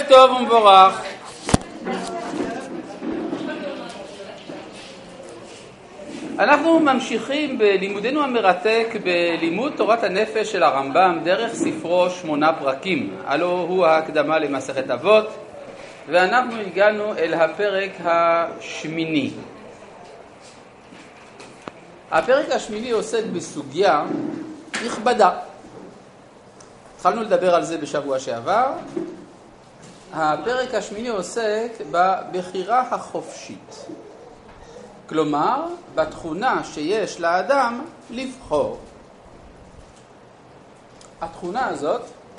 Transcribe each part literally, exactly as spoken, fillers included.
טוב ומבורך. אנחנו ממשיכים בלימודנו המרתק בלימוד תורת הנפש של הרמב"ם דרך ספרו שמונה פרקים. הלא הוא ההקדמה למסכת אבות, ואנחנו הגענו אל הפרק השמיני. הפרק השמיני עוסק בסוגיה נכבדה. התחלנו לדבר על זה בשבוע שעבר. הפרק השמיני עוסק בבחירה החופשית. כלומר, בתכונה שיש לאדם לבחור. התכונה הזאת,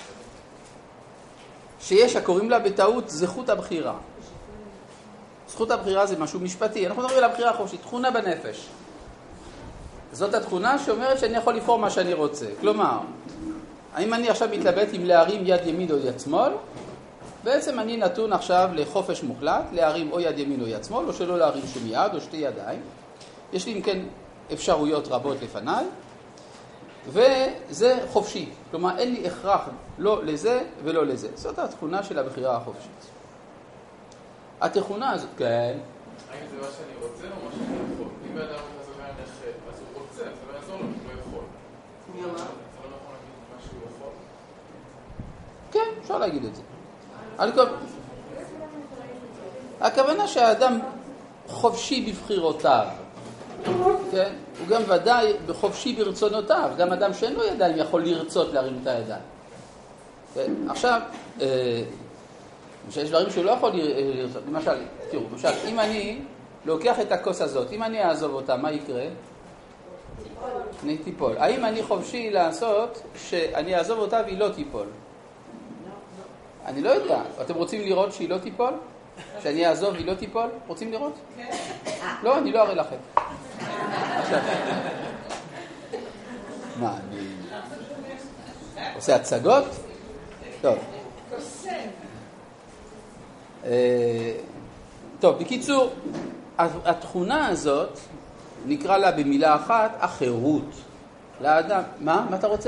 שיש הקוראים לה בטעות זכות הבחירה. זכות הבחירה זה משהו משפטי. אנחנו מדברים על הבחירה החופשית, תכונה בנפש. זאת התכונה שאומרת שאני יכול לבחור מה שאני רוצה. כלומר, האם אני עכשיו מתלבט אם להרים יד ימין או יד שמאל? בעצם אני נתון עכשיו לחופש מוחלט, להרים או יד ימין או יד שמאל, או שלא להרים שום יד או שתי ידיים. יש לי אם כן אפשרויות רבות לפניי, וזה חופשי. כלומר, אין לי הכרח לא לזה ולא לזה. זאת התכונה של הבחירה החופשית. התכונה הזאת, כן. האם זה מה שאני רוצה או מה שאני יכול? אם באדם הזה אומר נכה, אז הוא רוצה, אז זה לא יעזור לו, הוא לא יכול. מי אמר? זה לא נכון להגיד מה שהוא יכול? כן, אפשר להגיד את זה. הכוונה שהאדם חופשי בבחירותיו, כן? הוא גם ודאי בחופשי ברצונותיו. גם אדם שאין לו ידיים יכול לרצות להרים את הידיים. כן? עכשיו, יש דברים שהוא לא יכול לרצות. למשל, תראו, למשל, אם אני לוקח את הכוס הזאת, אם אני אעזוב אותה, מה יקרה? אני תיפול. האם אני חופשי לעשות שאני אעזוב אותה והיא לא תיפול? אני לא יודע. אתם רוצים לראות שהיא לא תיפול? שאני אעזוב והיא לא תיפול? רוצים לראות? כן. לא, אני לא אראה לכם. עכשיו. מה, אני עושה הצגות? טוב. טוב, בקיצור, התכונה הזאת, נקרא לה במילה אחת, החירות. לאדם. מה? מה אתה רוצה?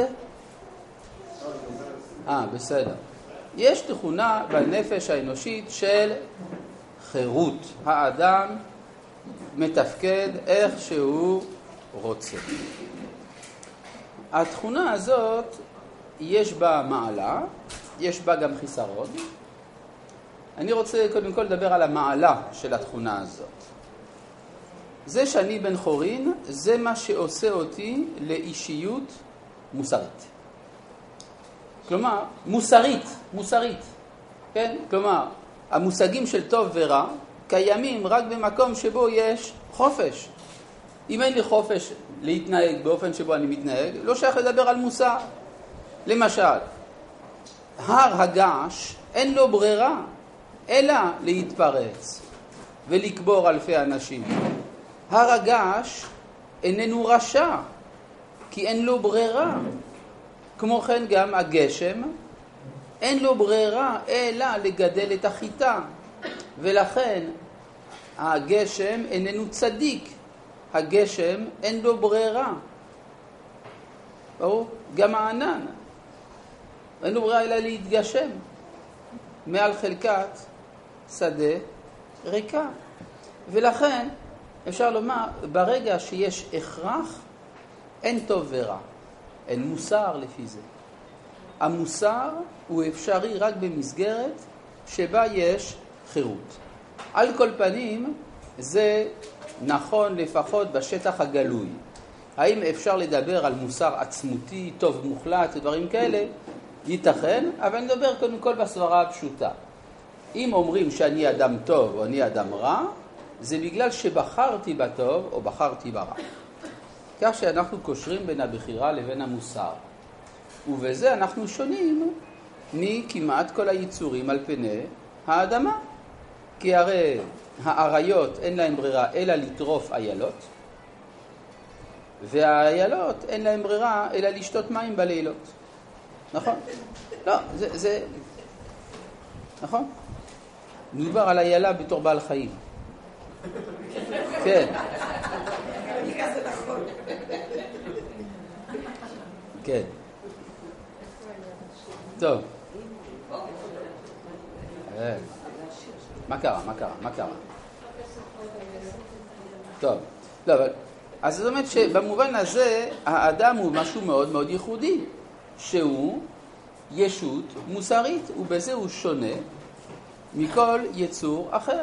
אה, בסדר. יש תכונה בנפש האנושית של חירות. האדם מתפקד איך שהוא רוצה. התכונה הזאת יש בה מעלה, יש בה גם חיסרון. אני רוצה קודם כל לדבר על המעלה של התכונה הזאת. זה שאני בן חורין, זה מה שעושה אותי לאישיות מוסרית. כלומר, מוסרית, מוסרית, כן? כלומר, המושגים של טוב ורע קיימים רק במקום שבו יש חופש. אם אין לי חופש להתנהג באופן שבו אני מתנהג, לא שייך לדבר על מוסר. למשל, הר הגעש אין לו ברירה, אלא להתפרץ ולקבור אלפי אנשים. הר הגעש איננו רשע, כי אין לו ברירה. כמו כן גם הגשם, אין לו ברירה אלא לגדל את החיטה, ולכן הגשם איננו צדיק, הגשם אין לו ברירה. ברור? גם הענן, אין לו ברירה אלא להתגשם מעל חלקת שדה ריקה. ולכן אפשר לומר, ברגע שיש הכרח, אין טוב ורע. אין מוסר לפי זה. המוסר הוא אפשרי רק במסגרת שבה יש חירות. על כל פנים, זה נכון לפחות בשטח הגלוי. האם אפשר לדבר על מוסר עצמותי, טוב מוחלט ודברים כאלה? ייתכן, אבל אני מדבר קודם כל בסברה הפשוטה. אם אומרים שאני אדם טוב או אני אדם רע, זה בגלל שבחרתי בטוב או בחרתי ברע. כך שאנחנו קושרים בין הבחירה לבין המוסר. ובזה אנחנו שונים מכמעט כל היצורים על פני האדמה. כי הרי האריות אין להם ברירה אלא לטרוף איילות, והאיילות אין להם ברירה אלא לשתות מים בלילות. נכון? לא, זה... זה... נכון? מדובר על איילה בתור בעל חיים. כן. כן. טוב. מה קרה? מה קרה? מה קרה? טוב, לא, אבל... אז זאת אומרת שבמובן הזה האדם הוא משהו מאוד מאוד ייחודי, שהוא ישות מוסרית, ובזה הוא שונה מכל יצור אחר.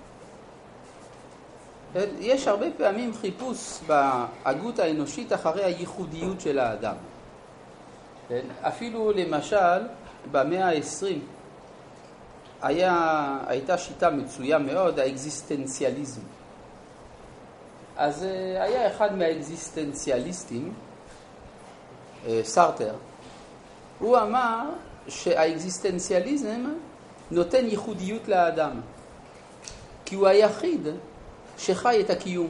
יש הרבה פעמים חיפוש בהגות האנושית אחרי הייחודיות של האדם. אפילו למשל במאה ה-עשרים היה, הייתה שיטה מצויה מאוד, האקזיסטנציאליזם. אז היה אחד מהאקזיסטנציאליסטים, סארטר, הוא אמר שהאקזיסטנציאליזם נותן ייחודיות לאדם, כי הוא היחיד שחי את הקיום.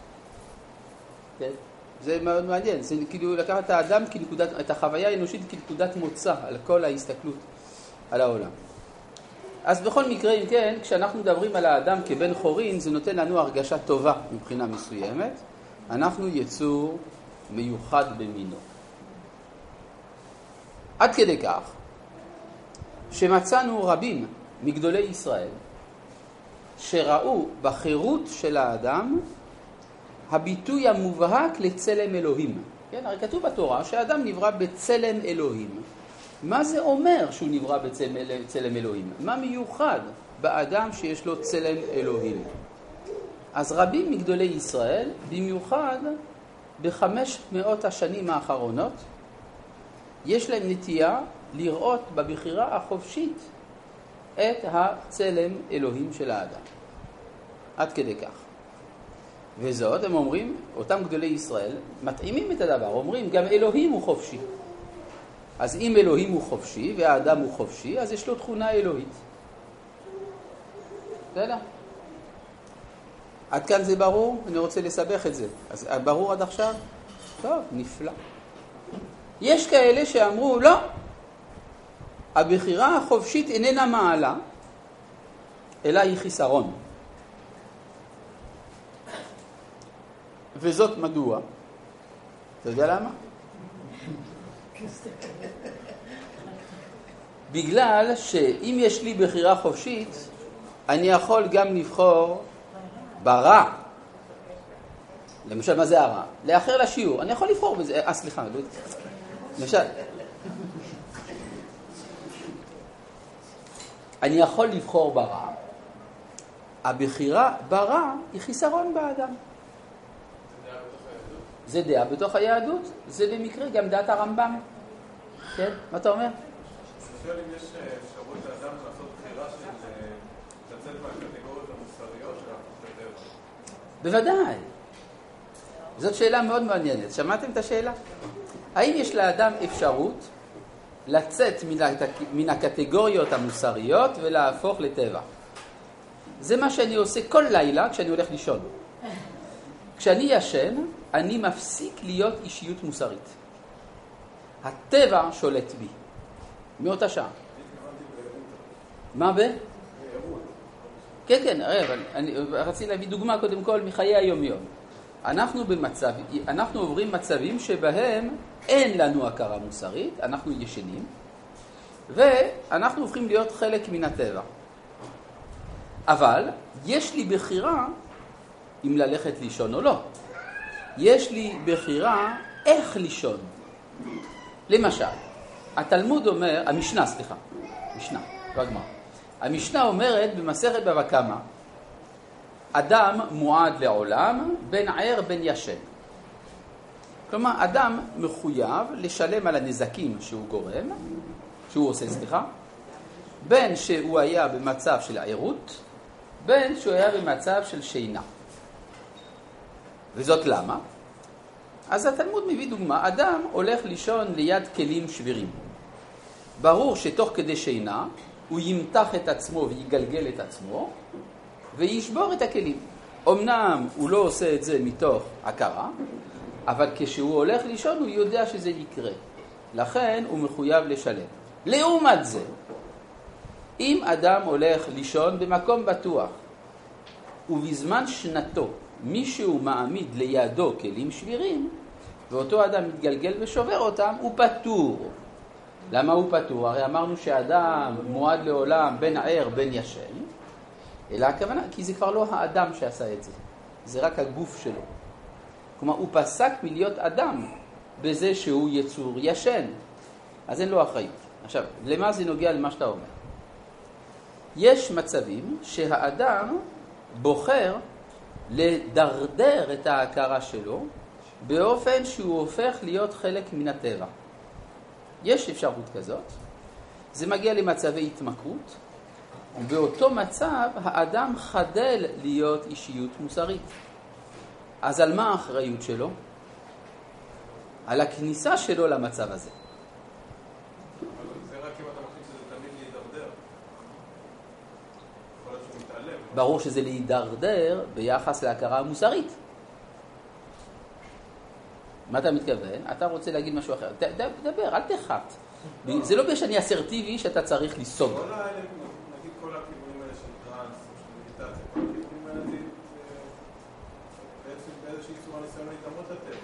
זה מאוד מעניין, זה כאילו לקחת את האדם כנקודת, את החוויה האנושית כנקודת מוצא על כל ההסתכלות על העולם. אז בכל מקרה, אם כן, כשאנחנו מדברים על האדם כבן חורין, זה נותן לנו הרגשה טובה מבחינה מסוימת. אנחנו יצור מיוחד במינו. עד כדי כך שמצאנו רבים מגדולי ישראל שראו בחירות של האדם הביטוי המובהק לצלם אלוהים. כן, הרי כתוב בתורה שהאדם נברא בצלם אלוהים. מה זה אומר שהוא נברא בצלם אלוהים? מה מיוחד באדם שיש לו צלם אלוהים? אז רבים מגדולי ישראל, במיוחד בחמש מאות השנים האחרונות, יש להם נטייה לראות בבחירה החופשית את הצלם אלוהים של האדם. עד כדי כך. וזאת, הם אומרים, אותם גדולי ישראל, מתאימים את הדבר, אומרים, גם אלוהים הוא חופשי. אז אם אלוהים הוא חופשי והאדם הוא חופשי, אז יש לו תכונה אלוהית. בסדר? עד כאן זה ברור? אני רוצה לסבך את זה. אז ברור עד עכשיו? טוב, נפלא. יש כאלה שאמרו, לא, הבחירה החופשית איננה מעלה, אלא היא חיסרון. וזאת מדוע? אתה יודע למה? בגלל שאם יש לי בחירה חופשית, אני יכול גם לבחור ברע. למשל, מה זה הרע? לאחר לשיעור. אני יכול לבחור בזה. אה, סליחה. למשל, אני יכול לבחור ברע. הבחירה ברע היא חיסרון באדם. זה דעה בתוך היהדות. זה במקרה גם דעת הרמב"ם. כן? מה אתה אומר? אני שואל אם יש אפשרות לאדם לעשות בחירה של לצאת מהקטגוריות המוסריות של הטבע. בוודאי. זאת שאלה מאוד מעניינת. שמעתם את השאלה? האם יש לאדם אפשרות לצאת מן הקטגוריות המוסריות ולהפוך לטבע? זה מה שאני עושה כל לילה כשאני הולך לישון. כשאני ישן, אני מפסיק להיות אישיות מוסרית. הטבע שולט בי. מאותה שעה. מה ב? כן, כן, אבל אני רציתי להביא דוגמה קודם כל מחיי היום-יום. אנחנו במצב, אנחנו עוברים מצבים שבהם אין לנו הכרה מוסרית, אנחנו ישנים, ואנחנו הופכים להיות חלק מן הטבע. אבל יש לי בחירה אם ללכת לישון או לא. יש לי בחירה איך לישון. למשל, התלמוד אומר, המשנה, סליחה, משנה, לא הגמרא. המשנה אומרת במסכת בבא קמא, אדם מועד לעולם בין ער בין ישן. כלומר, אדם מחויב לשלם על הנזקים שהוא גורם, שהוא עושה, סליחה, בין שהוא היה במצב של ערות, בין שהוא היה במצב של שינה. וזאת למה? אז התלמוד מביא דוגמה, אדם הולך לישון ליד כלים שבירים. ברור שתוך כדי שינה הוא ימתח את עצמו ויגלגל את עצמו וישבור את הכלים. אמנם הוא לא עושה את זה מתוך הכרה, אבל כשהוא הולך לישון הוא יודע שזה יקרה. לכן הוא מחויב לשלם. לעומת זה, אם אדם הולך לישון במקום בטוח ובזמן שנתו מישהו מעמיד לידו כלים שבירים ואותו אדם מתגלגל ושובר אותם, הוא פטור. למה הוא פטור? הרי אמרנו שאדם מועד לעולם בין ער בין ישן, אלא הכוונה, כי זה כבר לא האדם שעשה את זה, זה רק הגוף שלו. כלומר, הוא פסק מלהיות אדם בזה שהוא יצור ישן, אז אין לו אחריות. עכשיו, למה זה נוגע למה שאתה אומר? יש מצבים שהאדם בוחר לדרדר את ההכרה שלו באופן שהוא הופך להיות חלק מן הטבע. יש אפשרות כזאת, זה מגיע למצבי התמכרות, ובאותו מצב האדם חדל להיות אישיות מוסרית. אז על מה האחריות שלו? על הכניסה שלו למצב הזה. זה רק אם אתה מחליט שזה תמיד להידרדר. יכול להיות שהוא מתעלם. ברור שזה להידרדר ביחס להכרה המוסרית. מה אתה מתכוון? אתה רוצה להגיד משהו אחר. דבר, אל תחת. זה לא בשני אסרטיבי שאתה צריך לסוג. כל האלה, נגיד כל הכיוונים האלה של טרנס, של מדיטציה, כל הכיוונים האלה זה בעצם באיזושהי צורה ניסיון להתאמות לטבע.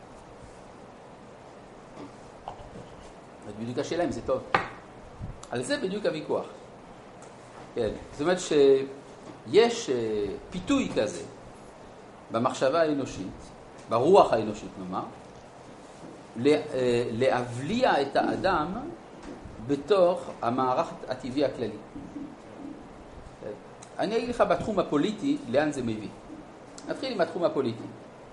בדיוק השאלה אם זה טוב. על זה בדיוק הוויכוח. כן, זאת אומרת שיש פיתוי כזה במחשבה האנושית, ברוח האנושית נאמר, להבליע את האדם בתוך המערך הטבעי הכללי. אני אגיד לך בתחום הפוליטי לאן זה מביא. נתחיל עם התחום הפוליטי.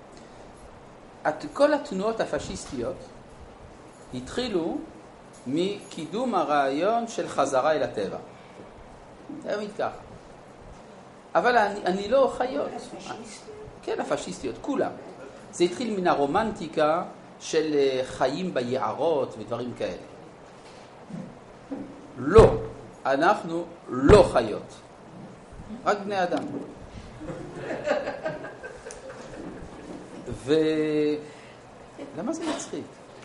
כל התנועות הפשיסטיות התחילו מקידום הרעיון של חזרה אל הטבע. תמיד כך. אבל אני, אני לא חיות. כן, הפשיסטיות, כולם. זה התחיל מן הרומנטיקה של חיים ביערות ודברים כאלה. לא, אנחנו לא חיות. רק בני אדם. ו... למה זה מצחיק?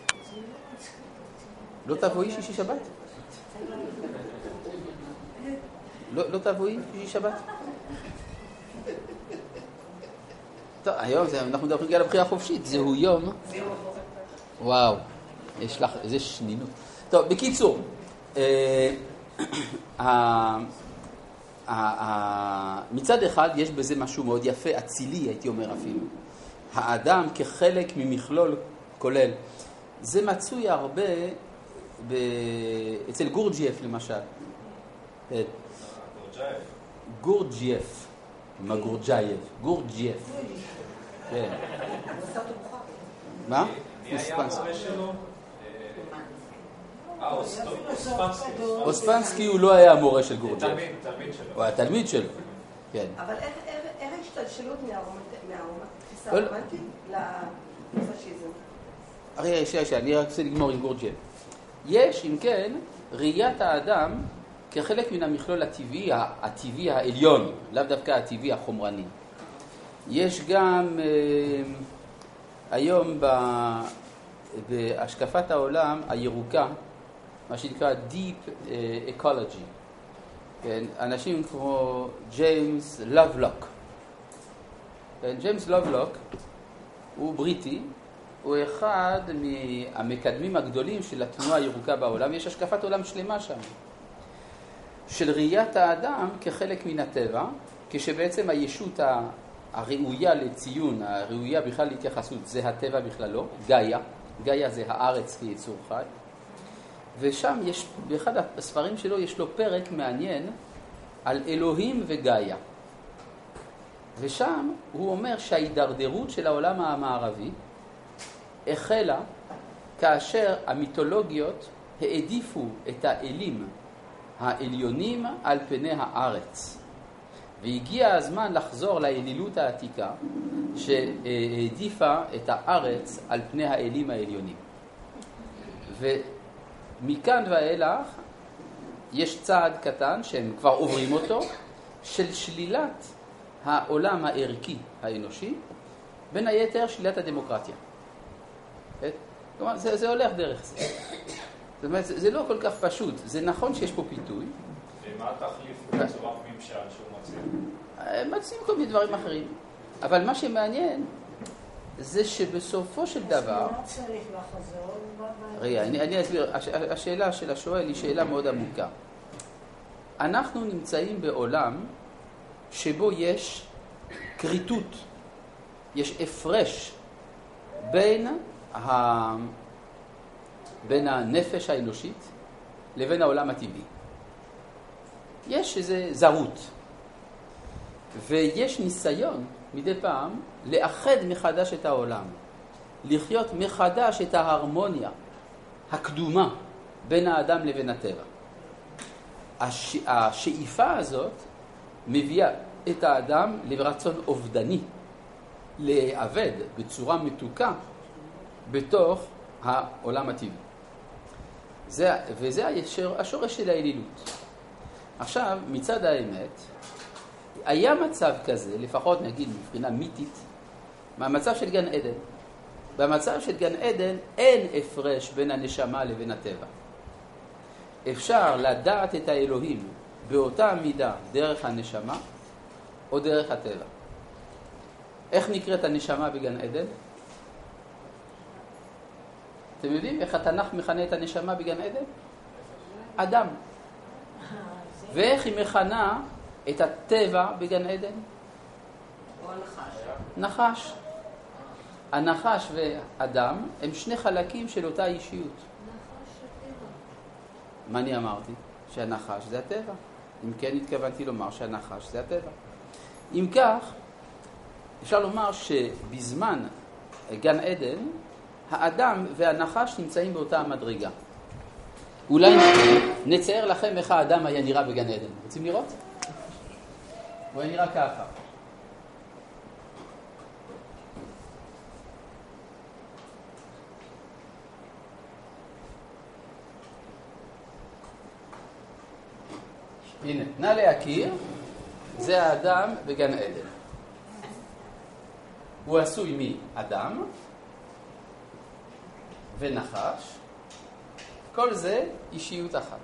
לא תבואי שישי שבת? לא, לא תבואי שישי שבת? טוב, היום זה, אנחנו מדברים על הבחירה החופשית, זהו יום. וואו, יש לך, איזה שנינות. טוב, בקיצור, אה, אה, אה, מצד אחד יש בזה משהו מאוד יפה, אצילי הייתי אומר אפילו. האדם כחלק ממכלול כולל. זה מצוי הרבה ב... אצל גורג'ייף למשל. גורג'ייף. מה גורג'ייף? גורג'ייף. כן. מה? מי היה המורה שלו? אה, אוספנסקי. אוספנסקי הוא לא היה המורה של גורג'ייף. תלמיד שלו. הוא היה תלמיד שלו. כן. אבל איך ההשתלשלות מהתפיסה הרומנטית לפשיזם? הרי יש, יש, אני רק רוצה לגמור עם גורג'ייף. יש, אם כן, ראיית האדם כחלק מן המכלול הטבעי, הטבעי העליון, לאו דווקא הטבעי החומרני. יש גם אה, היום ב, בהשקפת העולם הירוקה, מה שנקרא Deep Ecology. כן, אנשים כמו ג'יימס לובלוק. כן, ג'יימס לובלוק הוא בריטי, הוא אחד מהמקדמים הגדולים של התנועה הירוקה בעולם. יש השקפת עולם שלמה שם, של ראיית האדם כחלק מן הטבע, כשבעצם הישות הראויה לציון, הראויה בכלל להתייחסות, זה הטבע בכלל לא, גאיה. גאיה זה הארץ כיצור חי. ושם יש, באחד הספרים שלו יש לו פרק מעניין על אלוהים וגאיה. ושם הוא אומר שההידרדרות של העולם המערבי החלה כאשר המיתולוגיות העדיפו את האלים העליונים על פני הארץ. והגיע הזמן לחזור לאלילות העתיקה שהעדיפה את הארץ על פני האלים העליונים. ומכאן ואילך יש צעד קטן שהם כבר עוברים אותו, של שלילת העולם הערכי האנושי, בין היתר שלילת הדמוקרטיה. כלומר, זה, זה הולך דרך זה. זאת אומרת, זה, זה לא כל כך פשוט. זה נכון שיש פה פיתוי. ומה התחליף בצורת ממשל שהוא מציע? מציעים כל מיני דברים אחרים. אבל מה שמעניין, זה שבסופו של דבר... אז לא צריך לחזור. רגע, אני, אני אסביר. השאלה של השואל היא שאלה מאוד עמוקה. אנחנו נמצאים בעולם שבו יש קריטות, יש הפרש בין, ה... בין הנפש האנושית לבין העולם הטבעי. יש איזה זרות, ויש ניסיון מדי פעם לאחד מחדש את העולם, לחיות מחדש את ההרמוניה הקדומה בין האדם לבין הטבע. הש... השאיפה הזאת מביאה את האדם לרצון אובדני, לעבד בצורה מתוקה בתוך העולם הטבעי. זה, וזה השורש של האלילות. עכשיו, מצד האמת, היה מצב כזה, לפחות נגיד מבחינה מיתית, מהמצב של גן עדן. במצב של גן עדן אין הפרש בין הנשמה לבין הטבע. אפשר לדעת את האלוהים באותה מידה דרך הנשמה או דרך הטבע. איך נקראת הנשמה בגן עדן? אתם יודעים איך התנ"ך מכנה את הנשמה בגן עדן? אדם. ואיך היא מכנה את הטבע בגן עדן? או הנחש. נחש. הנחש ואדם הם שני חלקים של אותה אישיות. נחש הטבע. מה אני אמרתי? שהנחש זה הטבע. אם כן התכוונתי לומר שהנחש זה הטבע. אם כך, אפשר לומר שבזמן גן עדן, האדם והנחש נמצאים באותה המדרגה. אולי נצייר לכם איך האדם היה נראה בגן עדן. רוצים לראות? הוא היה נראה ככה. הנה, נא להכיר, זה האדם בגן עדן. הוא עשוי מאדם ונחש, כל זה אישיות אחת.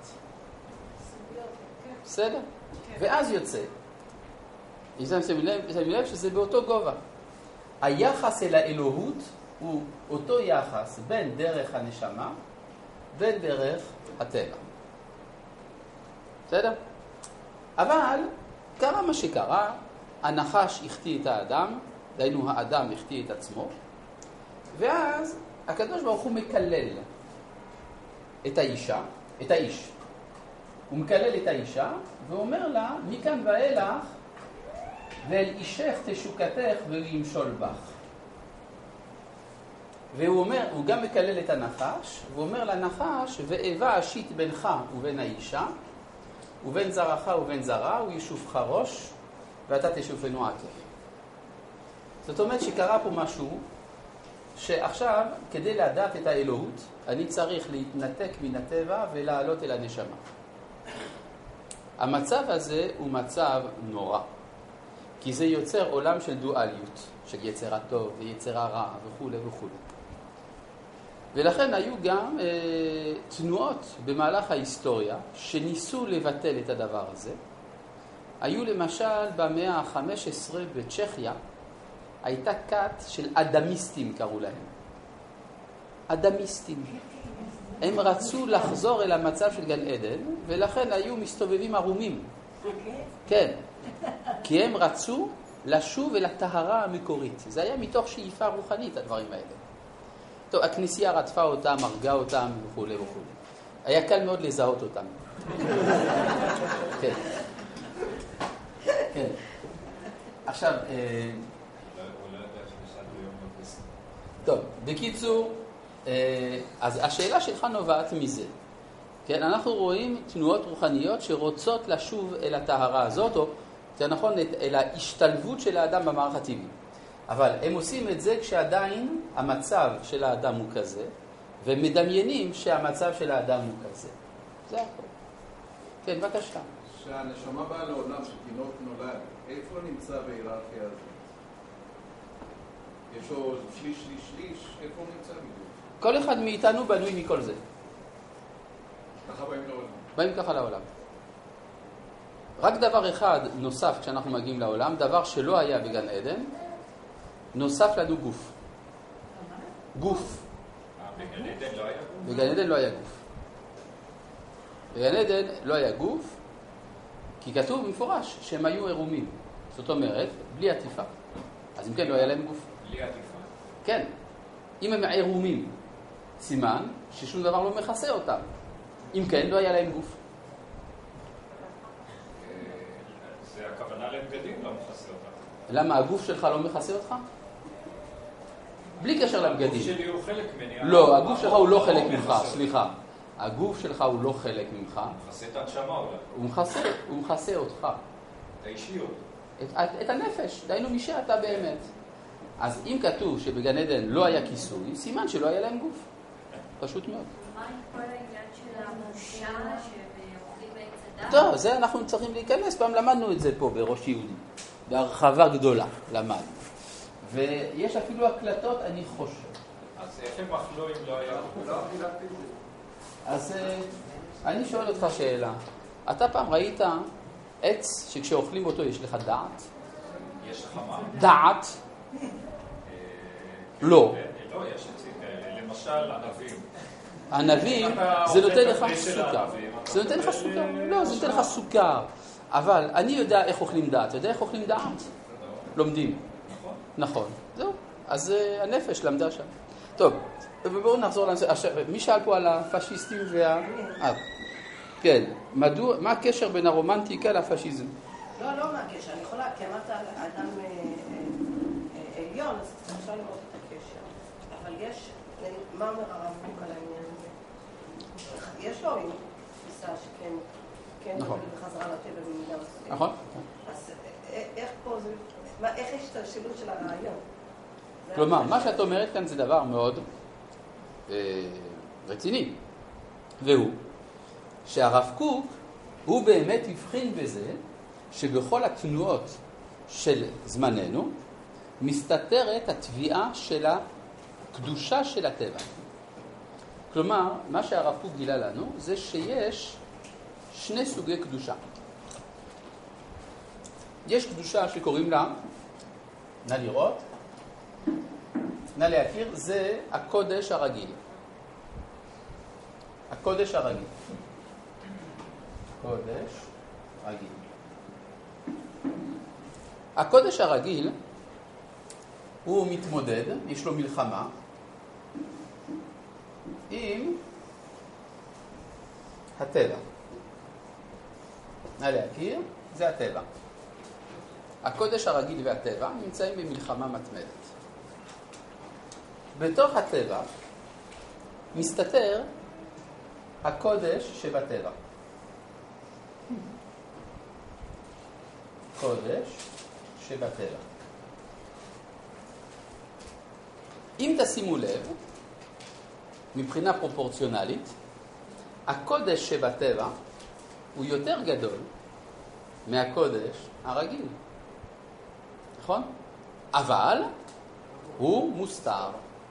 בסדר? ואז יוצא, שמים לב שזה באותו גובה. היחס אל האלוהות הוא אותו יחס בין דרך הנשמה, בין דרך הטבע. בסדר? אבל קרה מה שקרה, הנחש החטיא את האדם, דהיינו האדם החטיא את עצמו, ואז הקדוש ברוך הוא מקלל את האישה, את האיש. הוא מקלל את האישה ואומר לה, מכאן ואילך, ואל אישך תשוקתך וימשול בך. והוא אומר, הוא גם מקלל את הנחש, והוא אומר לנחש, ואיבה אשית בינך ובין האישה, ובין זרעך ובין זרעה, הוא ישופך ראש, ואתה תשופנו עקב. זאת אומרת שקרה פה משהו, שעכשיו, כדי לדעת את האלוהות, אני צריך להתנתק מן הטבע ולעלות אל הנשמה. המצב הזה הוא מצב נורא, כי זה יוצר עולם של דואליות, של יצר הטוב ויצר הרע וכו' וכו'. ולכן היו גם אה, תנועות במהלך ההיסטוריה שניסו לבטל את הדבר הזה. היו למשל במאה ה-חמש עשרה בצ'כיה, הייתה כת של אדמיסטים קראו להם. אדמיסטים. הם רצו לחזור אל המצב של גן עדן, ולכן היו מסתובבים ערומים. כן. כי הם רצו לשוב אל הטהרה המקורית. זה היה מתוך שאיפה רוחנית, הדברים האלה. טוב, הכנסייה רדפה אותם, הרגה אותם וכו' וכו'. היה קל מאוד לזהות אותם. כן. כן. עכשיו, טוב, בקיצור, אז השאלה שלך נובעת מזה. כן, אנחנו רואים תנועות רוחניות שרוצות לשוב אל הטהרה הזאת, או זה נכון, אל ההשתלבות של האדם במערך הטבעי. אבל הם עושים את זה כשעדיין המצב של האדם הוא כזה, ומדמיינים שהמצב של האדם הוא כזה. זה הכל. כן, בבקשה. שהנשמה באה לעולם, שתינוק נולד, איפה נמצא בהיררכיה הזאת? יש לו שליש, שליש, שליש, איפה הוא נמצא בדיוק? כל אחד מאיתנו בנוי מכל זה. ככה באים לעולם. באים ככה לעולם. רק דבר אחד נוסף כשאנחנו מגיעים לעולם, דבר שלא היה בגן עדן, נוסף לנו גוף. גוף. בגן עדן לא היה גוף? בגן עדן לא היה גוף. בגן עדן לא היה גוף, כי כתוב במפורש שהם היו עירומים. זאת אומרת, בלי עטיפה. אז אם כן, לא היה להם גוף. בלי עטיפה. כן. אם הם עירומים, סימן ששום דבר לא מכסה אותם. אם כן, לא היה להם גוף. זה הכוונה לבגדים, לא מכסה אותם. למה? הגוף שלך לא מכסה אותך? בלי קשר לבגדים. הגוף שלי הוא חלק ממני. לא, הגוף שלך הוא לא חלק ממך, סליחה. הגוף שלך הוא לא חלק ממך. הוא מכסה את הנשמה אולי. הוא מכסה, הוא מכסה אותך. את האישיות. את, את, את הנפש, דיינו מי שאתה באמת. אז אם כתוב שבגן עדן לא היה כיסוי, סימן שלא היה להם גוף. פשוט מאוד. מה עם כל העניין של המושה שהם אוכלים בעץ הדת? טוב, זה אנחנו צריכים להיכנס, פעם למדנו את זה פה בראש יהודי. בהרחבה גדולה למדנו. ויש אפילו הקלטות, אני חושב. אז איך הם אכלו אם לא היה גוף? לא חילקתי את זה. אז אני שואל אותך שאלה. אתה פעם ראית עץ שכשאוכלים אותו יש לך דעת? יש לך מה? דעת? לא. לא, יש עצים כאלה. למשל, ענבים. ענבים, זה נותן לך סוכר. זה נותן לך סוכר. לא, זה נותן לך סוכר. אבל אני יודע איך אוכלים דעת. אתה יודע איך אוכלים דעת? לומדים. נכון. זהו. אז הנפש למדה שם. טוב, ובואו נחזור לנושא. מי שאל פה על הפשיסטים וה... אה, כן. מדוע, מה הקשר בין הרומנטיקה לפשיזם? לא, לא מה הקשר. אני יכולה, כי אמרת על אדם עליון, אז אפשר לראות את הקשר. אבל יש, מה אומר הרב קוק על העניין הזה? יש לו תפיסה שכן, כן, נכון. בחזרה לטבע במידה מסוימת. נכון. אז איך פה זה, מה, איך יש את השילוב של הרעיון? כלומר, מה שאת אומרת כאן זה דבר מאוד אה, רציני. והוא, שהרב קוק, הוא באמת הבחין בזה, שבכל התנועות של זמננו, מסתתרת התביעה של הקדושה של הטבע. כלומר, מה שהרב קוק גילה לנו, זה שיש שני סוגי קדושה. יש קדושה שקוראים לה, נא לראות, נא להכיר, זה הקודש הרגיל. הקודש הרגיל. קודש רגיל. הקודש הרגיל הוא מתמודד, יש לו מלחמה עם הטבע. נא להכיר, זה הטבע. הקודש הרגיל והטבע נמצאים במלחמה מתמדת. בתוך הטבע מסתתר הקודש שבטבע. קודש שבטבע. אם תשימו לב, מבחינה פרופורציונלית, הקודש שבטבע הוא יותר גדול מהקודש הרגיל. נכון? אבל הוא מוסתר.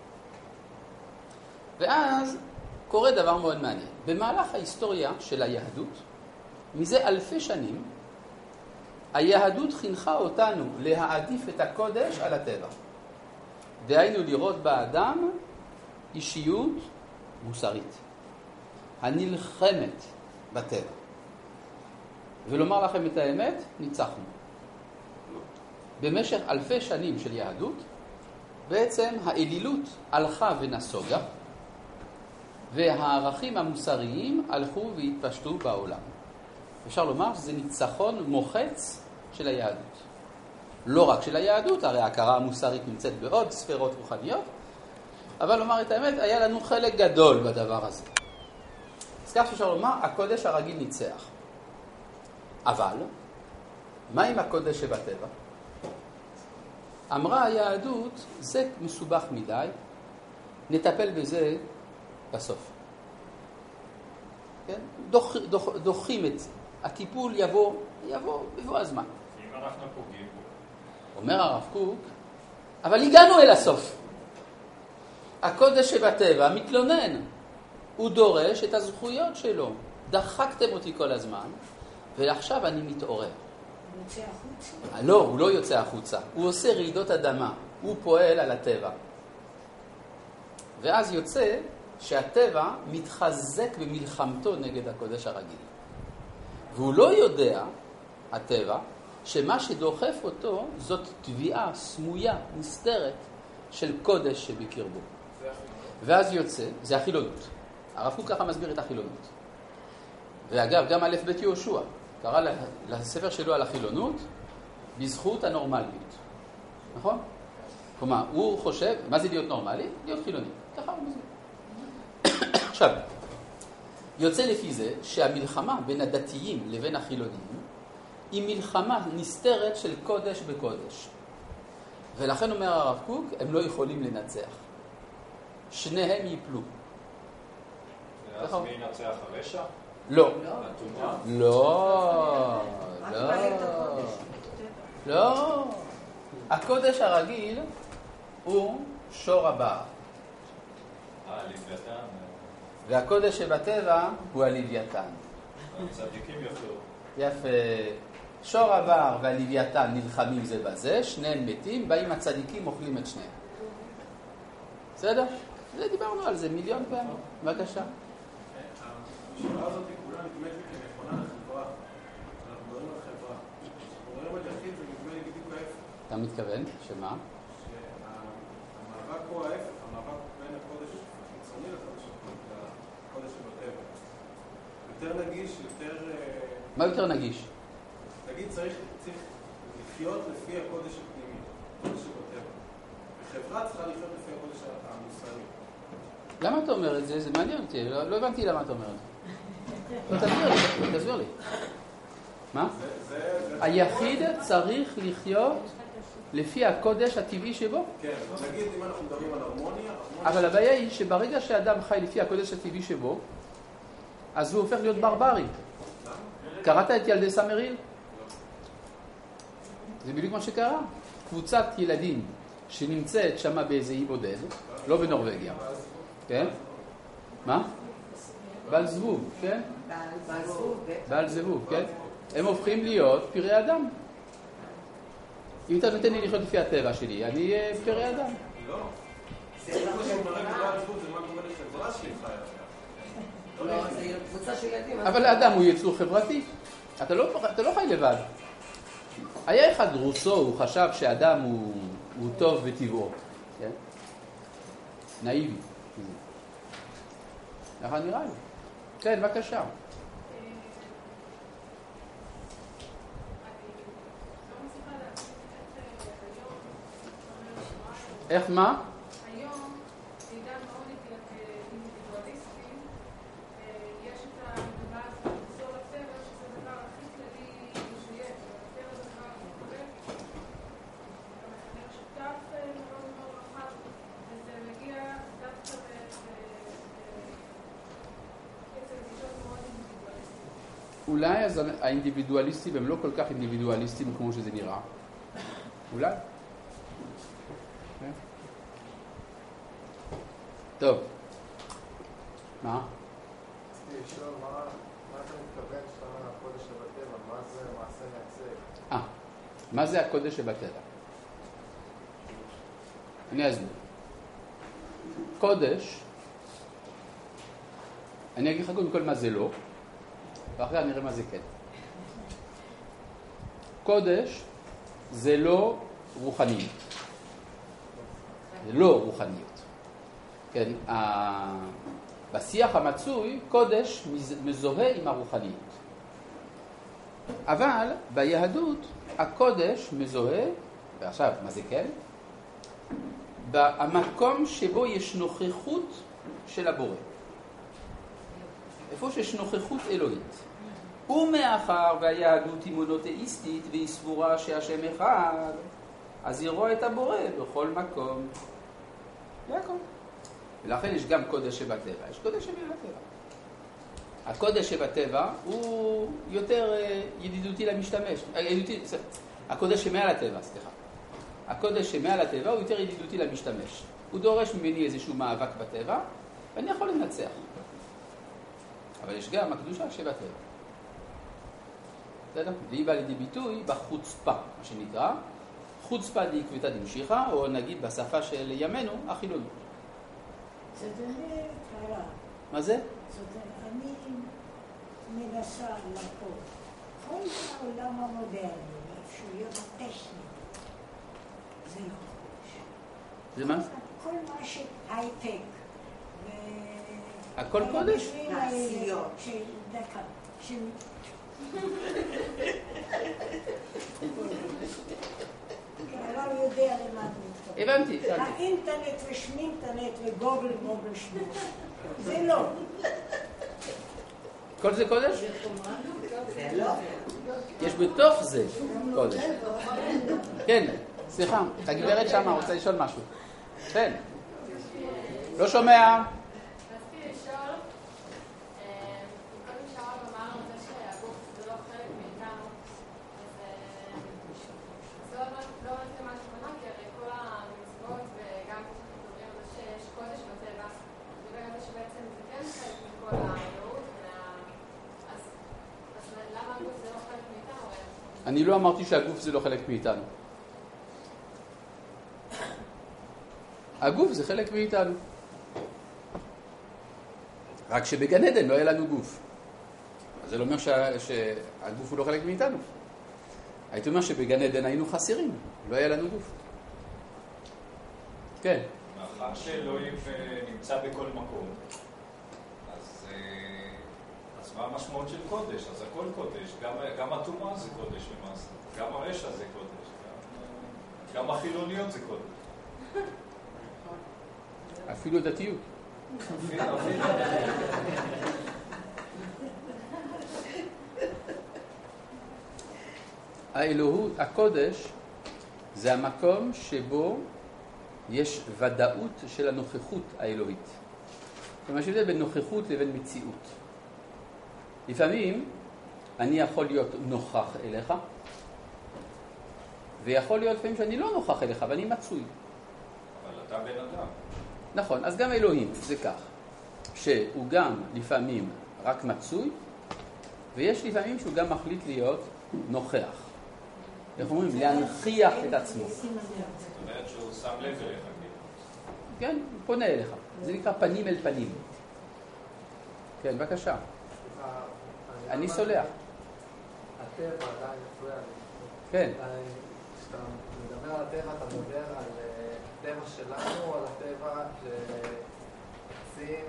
ואז קורה דבר מאוד מעניין. במהלך ההיסטוריה של היהדות, מזה אלפי שנים, היהדות חינכה אותנו להעדיף את הקודש על הטבע. דהיינו לראות באדם אישיות מוסרית, הנלחמת בטבע. ולומר לכם את האמת, ניצחנו. במשך אלפי שנים של יהדות, בעצם האלילות הלכה ונסוגה, והערכים המוסריים הלכו והתפשטו בעולם. אפשר לומר שזה ניצחון מוחץ של היהדות. לא רק של היהדות, הרי ההכרה המוסרית נמצאת בעוד ספרות רוחניות, אבל לומר את האמת, היה לנו חלק גדול בדבר הזה. אז כך שאפשר לומר, הקודש הרגיל ניצח. אבל, מה עם הקודש שבטבע? אמרה היהדות, זה מסובך מדי, נטפל בזה בסוף. כן? דוח, דוח, דוחים את זה. הטיפול יבוא, יבוא בבוא הזמן. אם אנחנו פוגעים בו. אומר הרב קוק, אבל הגענו אל הסוף. הקודש שבטבע מתלונן. הוא דורש את הזכויות שלו. דחקתם אותי כל הזמן, ועכשיו אני מתעורר. הוא יוצא החוצה? לא, הוא לא יוצא החוצה. הוא עושה רעידות אדמה. הוא פועל על הטבע. ואז יוצא שהטבע מתחזק במלחמתו נגד הקודש הרגיל. והוא לא יודע, הטבע, שמה שדוחף אותו זאת תביעה סמויה, נסתרת, של קודש שבקרבו. ואז יוצא, זה החילונות. הרב קוק ככה מסביר את החילונות. ואגב, גם א' ב' יהושע, קרא לספר שלו על החילונות, בזכות הנורמליות. נכון? כלומר, הוא חושב, מה זה להיות נורמלי? להיות חילוני. ככה הוא מסביר. עכשיו, יוצא לפי זה שהמלחמה בין הדתיים לבין החילונים היא מלחמה נסתרת של קודש בקודש. ולכן אומר הרב קוק, הם לא יכולים לנצח. שניהם ייפלו. ואז מי ינצח הרשע? לא. הטומאה? לא. לא. לא. הקודש הרגיל הוא שור הבר. אה, לוויתן. והקודש שבטבע הוא הלוויתן. הצדיקים יפלו. יפה. שור הבר והלוויתן נלחמים זה בזה, שניהם מתים, באים הצדיקים, אוכלים את שניהם. בסדר? זה דיברנו על זה מיליון פעמים. בבקשה. השאלה הזאת כולה נדמת לי כנכונה לחברה. אנחנו מדברים על חברה. אנחנו מדברים על יחיד ונדמה לי בדיוק ההפך. אתה מתכוון? שמה? שהמאבק הוא ההפך, המאבק בין הקודש החיצוני לקודש שבטבע. יותר נגיש, יותר... מה יותר נגיש? תגיד, צריך לחיות לפי הקודש הפנימי, הקודש שבטבע. וחברה צריכה לחיות לפי הקודש המוסרי. למה אתה אומר את זה? זה מעניין אותי. לא, לא הבנתי למה אתה אומר את זה. תסביר לי, תסביר לי. מה? זה, זה, זה היחיד צריך לחיות לפי הקודש הטבעי שבו. כן, נגיד אם אנחנו מדברים על הרמוניה... אבל הבעיה היא שברגע שאדם חי לפי הקודש הטבעי שבו, אז הוא הופך להיות ברברי. קראת את ילדי סמריל? זה בדיוק מה שקרה. קבוצת ילדים שנמצאת שמה באיזה אי בודד, לא בנורווגיה. כן? מה? בעל זבוב, כן? בעל זבוב. בעל זבוב, כן? הם הופכים להיות פראי אדם. אם אתה נותן לי לחיות לפי הטבע שלי, אני אהיה פראי אדם. לא. זה מה שמראה בעל זבוב, זה מה קורה לחברה שלי חיה. לא, זה קבוצה של ילדים. אבל האדם הוא יצור חברתי. אתה לא, אתה לא חי לבד. היה אחד רוסו, הוא חשב שהאדם הוא, הוא טוב בטבעו. כן? נאיבי. איך נראה לי? כן, בבקשה. איך מה? היום, בעידן מאוד אינדיבידואליסטי, יש את הדבר הזה לחזור לטבע, שזה הדבר הכי כללי שיש. הטבע זה דבר כולל, המחנה משותף מאוד מאוד רחב, וזה מגיע דווקא בקצב גישות מאוד אינדיבידואליסטי. אולי אז האינדיבידואליסטים הם לא כל כך אינדיבידואליסטים כמו שזה נראה. אולי? טוב. מה? רציתי לשאול, מה אתה מתכוון שאתה אומר הקודש שבטבע? מה זה מעשה מייצג? אה, מה זה הקודש שבטבע? אני אסביר. קודש, אני אגיד לך קודם כל מה זה לא, ואחרי נראה מה זה כן. קודש זה לא רוחניות. זה לא רוחניות. כן, בשיח המצוי, קודש מזוהה עם הרוחניות. אבל ביהדות, הקודש מזוהה, ועכשיו, מה זה כן? במקום שבו יש נוכחות של הבורא. איפה שיש נוכחות אלוהית. ומאחר והיהדות היא מונותאיסטית והיא סבורה שהשם אחד, אז היא רואה את הבורא בכל מקום. זה הכל. ולכן יש גם קודש שבטבע. יש קודש שבטבע. הקודש שבטבע הוא יותר ידידותי למשתמש. ידידותי, הקודש שמעל הטבע, סליחה. הקודש שמעל הטבע הוא יותר ידידותי למשתמש. הוא דורש ממני איזשהו מאבק בטבע, ואני יכול לנצח. אבל יש גם הקדושה שבטבע. בסדר? והיא באה לידי ביטוי בחוצפה, מה שנקרא. חוצפה דעקבתא דמשיחא, או נגיד בשפה של ימינו, החילונות. זאת אומרת, הרע. מה זה? זאת אומרת, אני מנסה לפה. כל העולם המודרני, האפשרויות הטכניות, זה לא חודש. זה מה? כל מה שהייטק. הכל קודש? מעשיות. דקה. הרב יודע למה אני מתכוון. הבנתי, הבנתי. האינטרנט ושמינטרנט וגוגל מוגל שמינט. זה לא. כל זה קודש? זה לא. יש בתוך זה קודש. כן, סליחה, הגברת שמה רוצה לשאול משהו. כן. לא שומע. רציתי לשאול, קודם שהרב אמר על זה שהגוף זה לא חלק מאיתנו, אז לא הבנתי מה הכוונה, כי הרי כל המצוות וגם מדברים על זה שיש קודש בטבע, מדברים על זה שבעצם זה כן חלק מכל האלוהות, אז למה הגוף זה לא חלק מאיתנו? אני לא אמרתי שהגוף זה לא חלק מאיתנו. הגוף זה חלק מאיתנו. רק שבגן עדן לא היה לנו גוף. אז זה לא אומר שה... שהגוף הוא לא חלק מאיתנו. הייתי אומר שבגן עדן היינו חסרים, לא היה לנו גוף. כן. מאחר שאלוהים נמצא בכל מקום, אז, אז מה המשמעות של קודש? אז הכל קודש, גם, גם הטומאה זה קודש למעשה, גם הרשע זה קודש, גם, גם החילוניות זה קודש. אפילו דתיות. אפילו, אפילו. האלוהות, הקודש, זה המקום שבו יש ודאות של הנוכחות האלוהית. זאת אומרת, יש הבדל בין נוכחות לבין מציאות. לפעמים אני יכול להיות נוכח אליך, ויכול להיות לפעמים שאני לא נוכח אליך, ואני מצוי. אבל אתה בן אדם. נכון, אז גם אלוהים זה כך, שהוא גם לפעמים רק מצוי, ויש לפעמים שהוא גם מחליט להיות נוכח. איך אומרים? להנכיח את עצמו. זאת אומרת שהוא שם לב אליך. כן, הוא פונה אליך. זה נקרא פנים אל פנים. כן, בבקשה. אני סולח. הטבע עדיין מפריע לי. כן. כשאתה מדבר על הטבע, אתה מדבר על הטבע שלנו, או על הטבע שעצים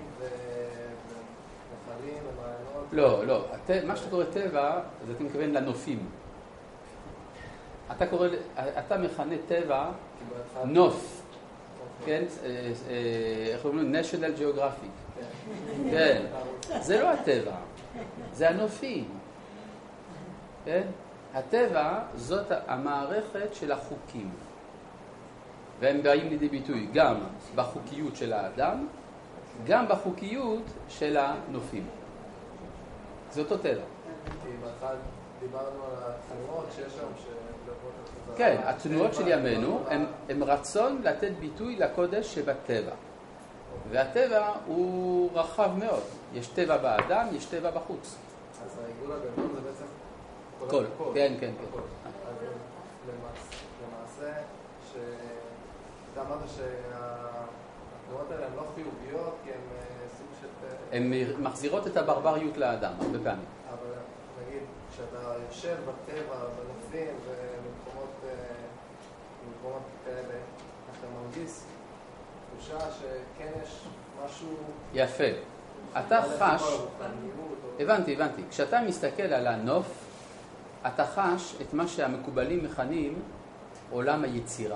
ונחלים ומעיינות? לא, לא. מה שאתה קורא טבע, זה אתה מתכוון לנופים. אתה קורא, אתה מכנה טבע נוף. כן? איך אומרים? national geographic. כן. זה לא הטבע. זה הנופים. כן? הטבע זאת המערכת של החוקים. והם באים לידי ביטוי גם בחוקיות של האדם, גם בחוקיות של הנופים. זה אותו טבע. כי באחד דיברנו על התנועות שיש שם שמדברות על חזרה. כן, התנועות של ימינו הם, הם רצון לתת ביטוי לקודש שבטבע. והטבע הוא רחב מאוד. יש טבע באדם, יש טבע בחוץ. אז העיגול הגדול זה בעצם כל, כן, כן, כן. אז למעשה, אתה אמרת שהתנועות האלה הן לא חיוביות, כי הן סוג של... הן מחזירות את הברבריות לאדם, הרבה פעמים. אבל נגיד, כשאתה יושב בטבע, בנופים ובמקומות כאלה, אתה מרגיש תחושה שכן יש משהו... יפה. אתה חש... הבנתי, הבנתי. כשאתה מסתכל על הנוף, אתה חש את מה שהמקובלים מכנים עולם היצירה.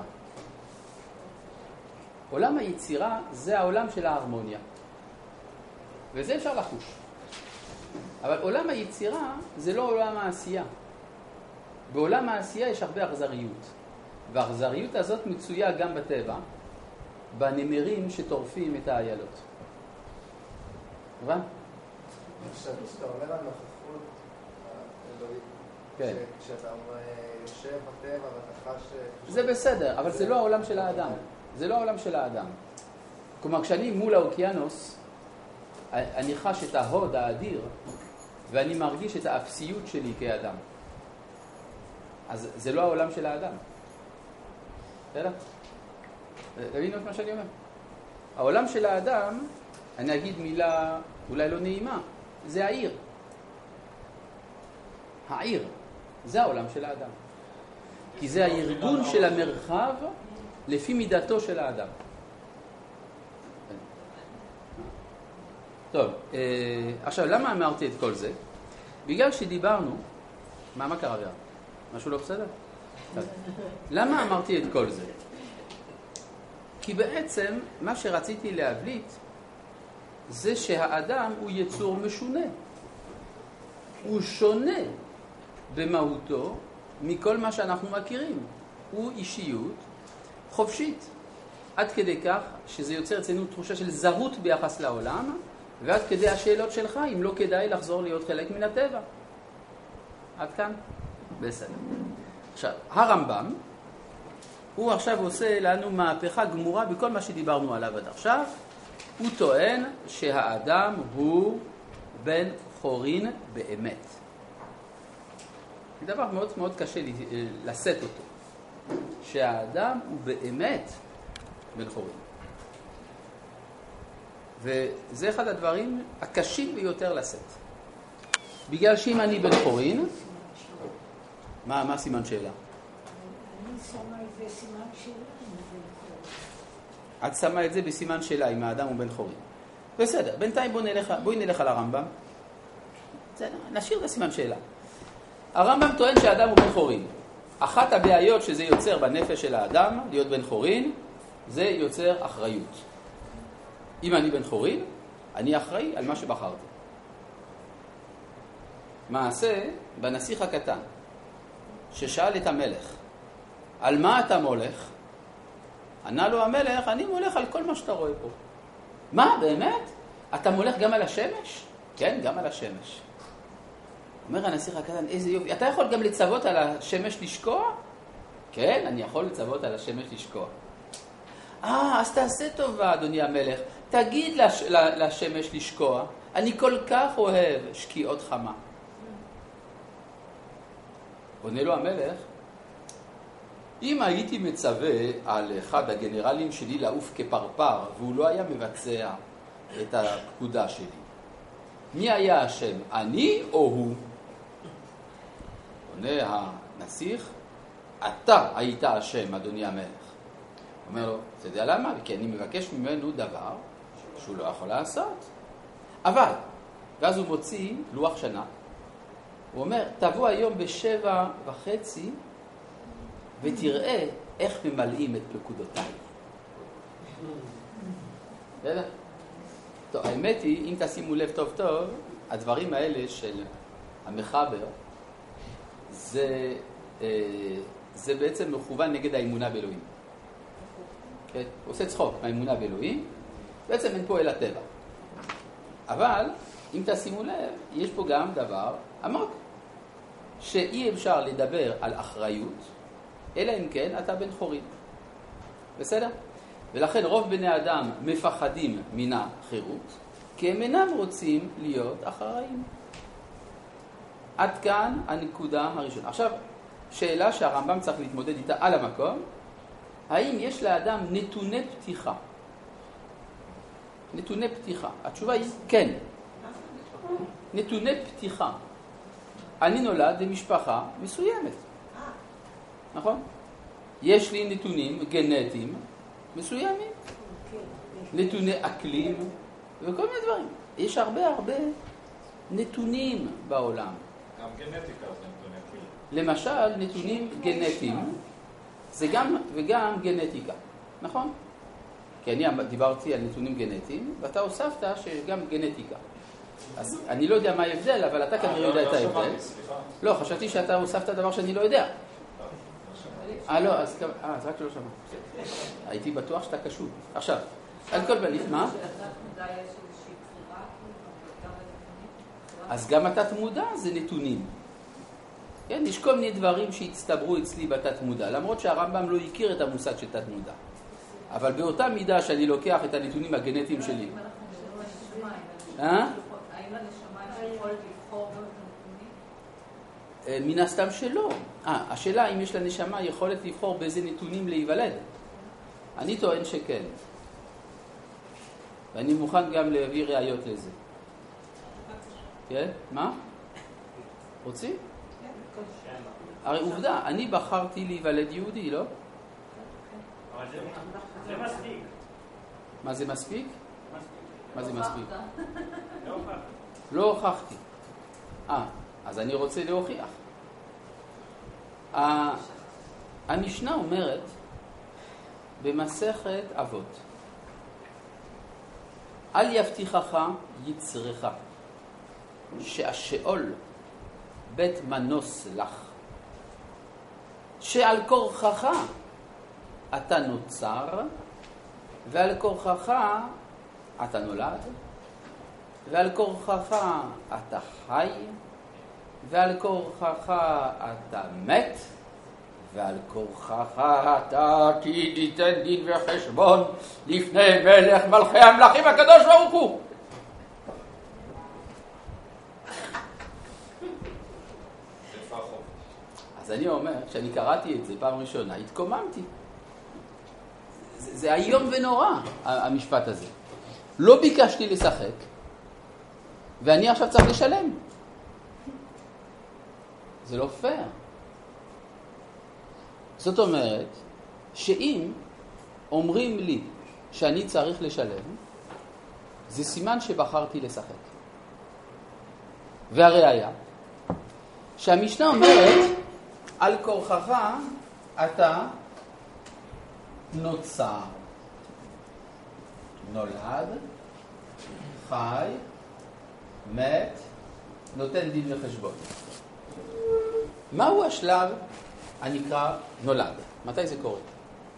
עולם היצירה זה העולם של ההרמוניה. וזה אפשר לחוש. אבל עולם היצירה זה לא עולם העשייה. בעולם העשייה יש הרבה אכזריות. והאכזריות הזאת מצויה גם בטבע, בנמרים שטורפים את האיילות. הבנת? כשאתה אומר על נוכחות אלוהית, כן. כשאתה יושב בטבע ואתה חש... זה בסדר, אבל זה לא העולם של האדם. זה לא העולם של האדם. כלומר, כשאני מול האוקיינוס, אני חש את ההוד האדיר, ואני מרגיש את האפסיות שלי כאדם. אז זה לא העולם של האדם. בסדר? תבינו את מה שאני אומר. העולם של האדם, אני אגיד מילה אולי לא נעימה, זה העיר. העיר, זה העולם של האדם. כי זה הארגון של המרחב לפי מידתו של האדם. טוב, עכשיו למה אמרתי את כל זה? בגלל שדיברנו, מה, מה קרה? משהו לא בסדר? למה אמרתי את כל זה? כי בעצם מה שרציתי להבליט זה שהאדם הוא יצור משונה. הוא שונה במהותו מכל מה שאנחנו מכירים. הוא אישיות חופשית. עד כדי כך שזה יוצר אצלנו תחושה של זרות ביחס לעולם, ועד כדי השאלות שלך אם לא כדאי לחזור להיות חלק מן הטבע. עד כאן? בסדר. עכשיו, הרמב"ם, הוא עכשיו עושה לנו מהפכה גמורה בכל מה שדיברנו עליו עד עכשיו. הוא טוען שהאדם הוא בן חורין באמת. זה דבר מאוד מאוד קשה לשאת אותו. שהאדם הוא באמת בן חורין. וזה אחד הדברים הקשים ביותר לשאת. בגלל שאם אני בן חורין, מה, מה סימן שאלה? אני שמה את זה סימן שאלה. את שמה את זה בסימן שאלה, אם האדם הוא בן חורין. בסדר, בינתיים בואי נלך, בואי נלך על הרמב"ם. בסדר, נשאיר את הסימן שאלה. הרמב"ם טוען שהאדם הוא בן חורין. אחת הבעיות שזה יוצר בנפש של האדם, להיות בן חורין, זה יוצר אחריות. אם אני בן חורין, אני אחראי על מה שבחרתי. מעשה בנסיך הקטן, ששאל את המלך, על מה אתה מולך? ענה לו המלך, אני מולך על כל מה שאתה רואה פה. מה, באמת? אתה מולך גם על השמש? כן, גם על השמש. אומר הנסיך הקטן, איזה יופי. אתה יכול גם לצוות על השמש לשקוע? כן, אני יכול לצוות על השמש לשקוע. אה, אז תעשה טובה, אדוני המלך. תגיד לש... לשמש לשקוע. אני כל כך אוהב שקיעות חמה. עונה לו המלך, אם הייתי מצווה על אחד הגנרלים שלי לעוף כפרפר, והוא לא היה מבצע את הפקודה שלי, מי היה השם, אני או הוא? עונה הנסיך, אתה היית השם, אדוני המלך. אומר לו, אתה יודע למה? כי אני מבקש ממנו דבר שהוא לא יכול לעשות. אבל, ואז הוא מוציא לוח שנה, הוא אומר, תבוא היום בשבע וחצי, ותראה איך ממלאים את פקודותיי. בסדר? טוב, האמת היא, אם תשימו לב טוב טוב, הדברים האלה של המחבר, זה, זה בעצם מכוון נגד האמונה באלוהים. כן? הוא עושה צחוק מהאמונה באלוהים, בעצם אין פה אל הטבע. אבל, אם תשימו לב, יש פה גם דבר עמוק, שאי אפשר לדבר על אחריות, אלא אם כן אתה בן חורין. בסדר? ולכן רוב בני אדם מפחדים מן החירות, כי הם אינם רוצים להיות אחראים. עד כאן הנקודה הראשונה. עכשיו, שאלה שהרמב"ם צריך להתמודד איתה על המקום, האם יש לאדם נתוני פתיחה? נתוני פתיחה. התשובה היא כן. נתוני פתיחה. אני נולד במשפחה מסוימת. נכון? יש לי נתונים גנטיים מסוימים. נתוני אקלים וכל מיני דברים. יש הרבה הרבה נתונים בעולם. גם גנטיקה זה נתוני אקלים. למשל, נתונים גנטיים זה גם וגם גנטיקה. נכון? כי אני דיברתי על נתונים גנטיים, ואתה הוספת שגם גנטיקה. אז אני לא יודע מה ההבדל, אבל אתה כנראה יודע את ההבדל. לא, חשבתי שאתה הוספת דבר שאני לא יודע. אה, לא, אז רק שלא שמע. הייתי בטוח שאתה קשור. עכשיו, על כל פנים, מה? אז גם התת מודע זה נתונים. כן, יש כל מיני דברים שהצטברו אצלי בתת מודע, למרות שהרמב"ם לא הכיר את המושג של תת מודע. אבל באותה מידה שאני לוקח את הנתונים הגנטיים שלי. אה? האם הנשמה יכול לבחור בנתונים? מן הסתם שלא. אה, השאלה אם יש לנשמה יכולת לבחור באיזה נתונים להיוולד. אני טוען שכן. ואני מוכן גם להביא ראיות לזה. כן? מה? רוצים? הרי עובדה, אני בחרתי להיוולד יהודי, לא? אבל זה מספיק. מה זה מספיק? מה זה מספיק? לא הוכחתי. לא הוכחתי. אה, אז אני רוצה להוכיח. המשנה אומרת במסכת אבות, אל יבטיחך יצרך, שהשאול בית מנוס לך, שעל כורחך אתה נוצר, ועל כורחך אתה נולד, ועל כורחך אתה חי, ועל כורחך אתה מת, ועל כורחך אתה כי תיתן דין וחשבון לפני מלך מלכי המלכים הקדוש ברוך הוא. אז אני אומר, כשאני קראתי את זה פעם ראשונה, התקוממתי. זה, זה איום ונורא, המשפט הזה. לא ביקשתי לשחק, ואני עכשיו צריך לשלם. זה לא פייר. זאת אומרת, שאם אומרים לי שאני צריך לשלם, זה סימן שבחרתי לשחק. והראיה, שהמשנה אומרת, על כורחך אתה נוצר, נולד, חי, מת, נותן דין וחשבון. מהו השלב הנקרא נולד? מתי זה קורה?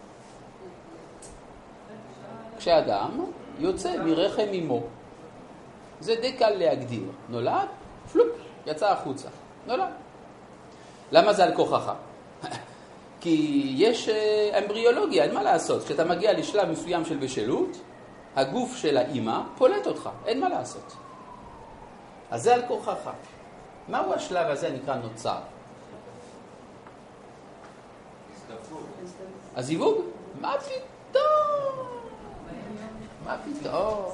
כשאדם יוצא מרחם אמו. זה די קל להגדיר. נולד, פלופ, יצא החוצה. נולד. למה זה על כוחך? כי יש אמבריולוגיה, אין מה לעשות. כשאתה מגיע לשלב מסוים של בשלות, הגוף של האמא פולט אותך, אין מה לעשות. אז זה על כוחך. מהו השלב הזה נקרא נוצר? הזיווג? מה פתאום? מה פתאום?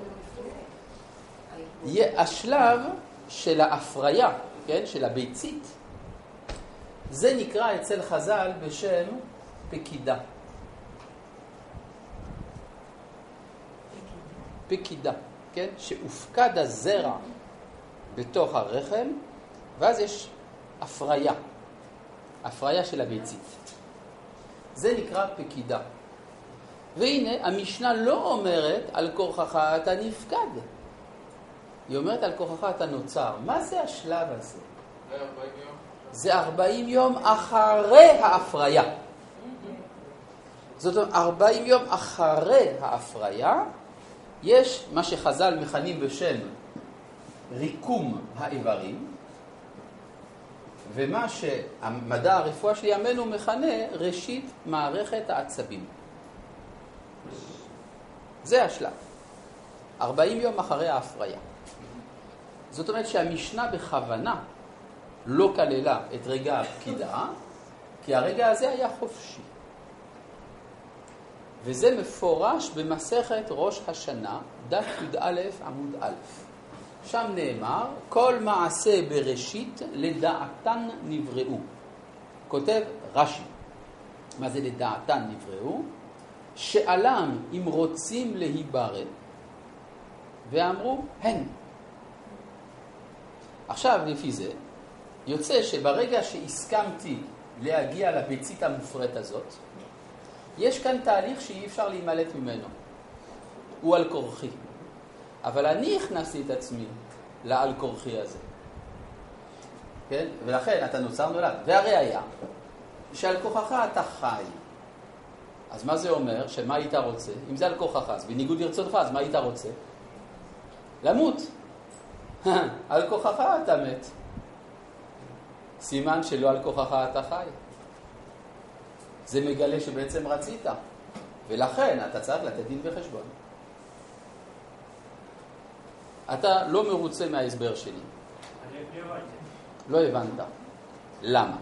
השלב של ההפריה, כן? של הביצית, זה נקרא אצל חז"ל בשם פקידה. פקידה, כן? שהופקד הזרע בתוך הרחם, ואז יש הפריה. הפריה של הביצית. זה נקרא פקידה. והנה, המשנה לא אומרת על כורחך אתה נפקד. היא אומרת על כורחך אתה נוצר. מה זה השלב הזה? זה ארבעים יום. זה ארבעים יום אחרי ההפריה. זאת אומרת, ארבעים יום אחרי ההפריה, יש מה שחז"ל מכנים בשם ריקום האיברים, ומה שהמדע הרפואה של ימינו מכנה ראשית מערכת העצבים. זה השלב. ארבעים יום אחרי ההפריה. זאת אומרת שהמשנה בכוונה לא כללה את רגע הפקידה, כי הרגע הזה היה חופשי. וזה מפורש במסכת ראש השנה, דף י"א עמוד א'. שם נאמר, כל מעשה בראשית לדעתן נבראו. כותב רש"י. מה זה לדעתן נבראו? שאלם אם רוצים להיברא, ואמרו הן. עכשיו לפי זה, יוצא שברגע שהסכמתי להגיע לביצית המופרט הזאת, יש כאן תהליך שאי אפשר להימלט ממנו. הוא על כורחי. אבל אני הכנסתי את עצמי לעל כורחי הזה. כן? ולכן אתה נוצר נולד. והראיה, שעל כורחך אתה חי. אז מה זה אומר? שמה היית רוצה? אם זה על כורחך, אז בניגוד לרצונך, אז מה היית רוצה? למות. על כורחך אתה מת. סימן שלא על כורחך אתה חי. זה מגלה שבעצם רצית. ולכן אתה צריך לתת דין וחשבון. אתה לא מרוצה מההסבר שלי. לא הבנת. למה?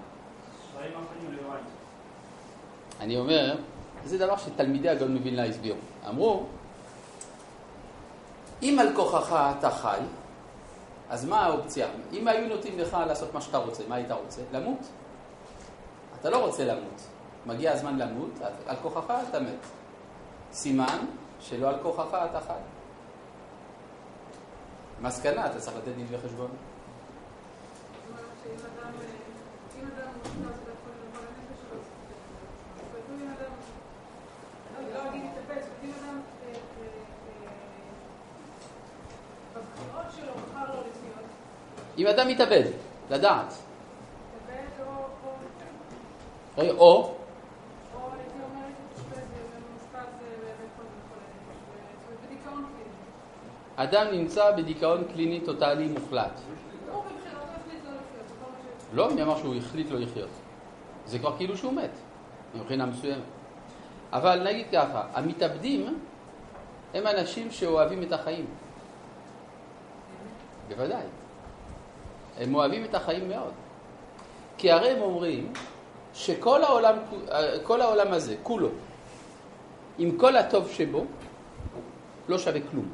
אני אומר, זה דבר שתלמידי הגאון מווילנה הסבירו. אמרו, אם על כוחך אתה חי, אז מה האופציה? אם היו נותנים לך לעשות מה שאתה רוצה, מה היית רוצה? למות. אתה לא רוצה למות. מגיע הזמן למות, על כוחך אתה מת. סימן שלא על כוחך אתה חי. מסקנה, אתה צריך לתת דין וחשבון. זאת אומרת שאם אדם, אם אדם מושתז בכל דבר הנפש שלו, אז אם אדם, אני לא אגיד להתאבד, אם אדם בבחירות שלו בחר לו לחיות. אם אדם מתאבד, לדעת. מתאבד או... רגע, או? או הייתי אומרת, מתאשפז ומאושפז בבית חולים וכו', בדיכאון קליני. אדם נמצא בדיכאון קליני טוטלי מוחלט. הוא בבחירות לא החליט לא לחיות, זה כל מה ש... לא, מי אמר שהוא החליט לא לחיות. זה כבר כאילו שהוא מת, מבחינה מסוימת. אבל נגיד ככה, המתאבדים הם אנשים שאוהבים את החיים. בוודאי. הם אוהבים את החיים מאוד. כי הרי הם אומרים שכל העולם, כל העולם הזה, כולו, עם כל הטוב שבו, לא שווה כלום.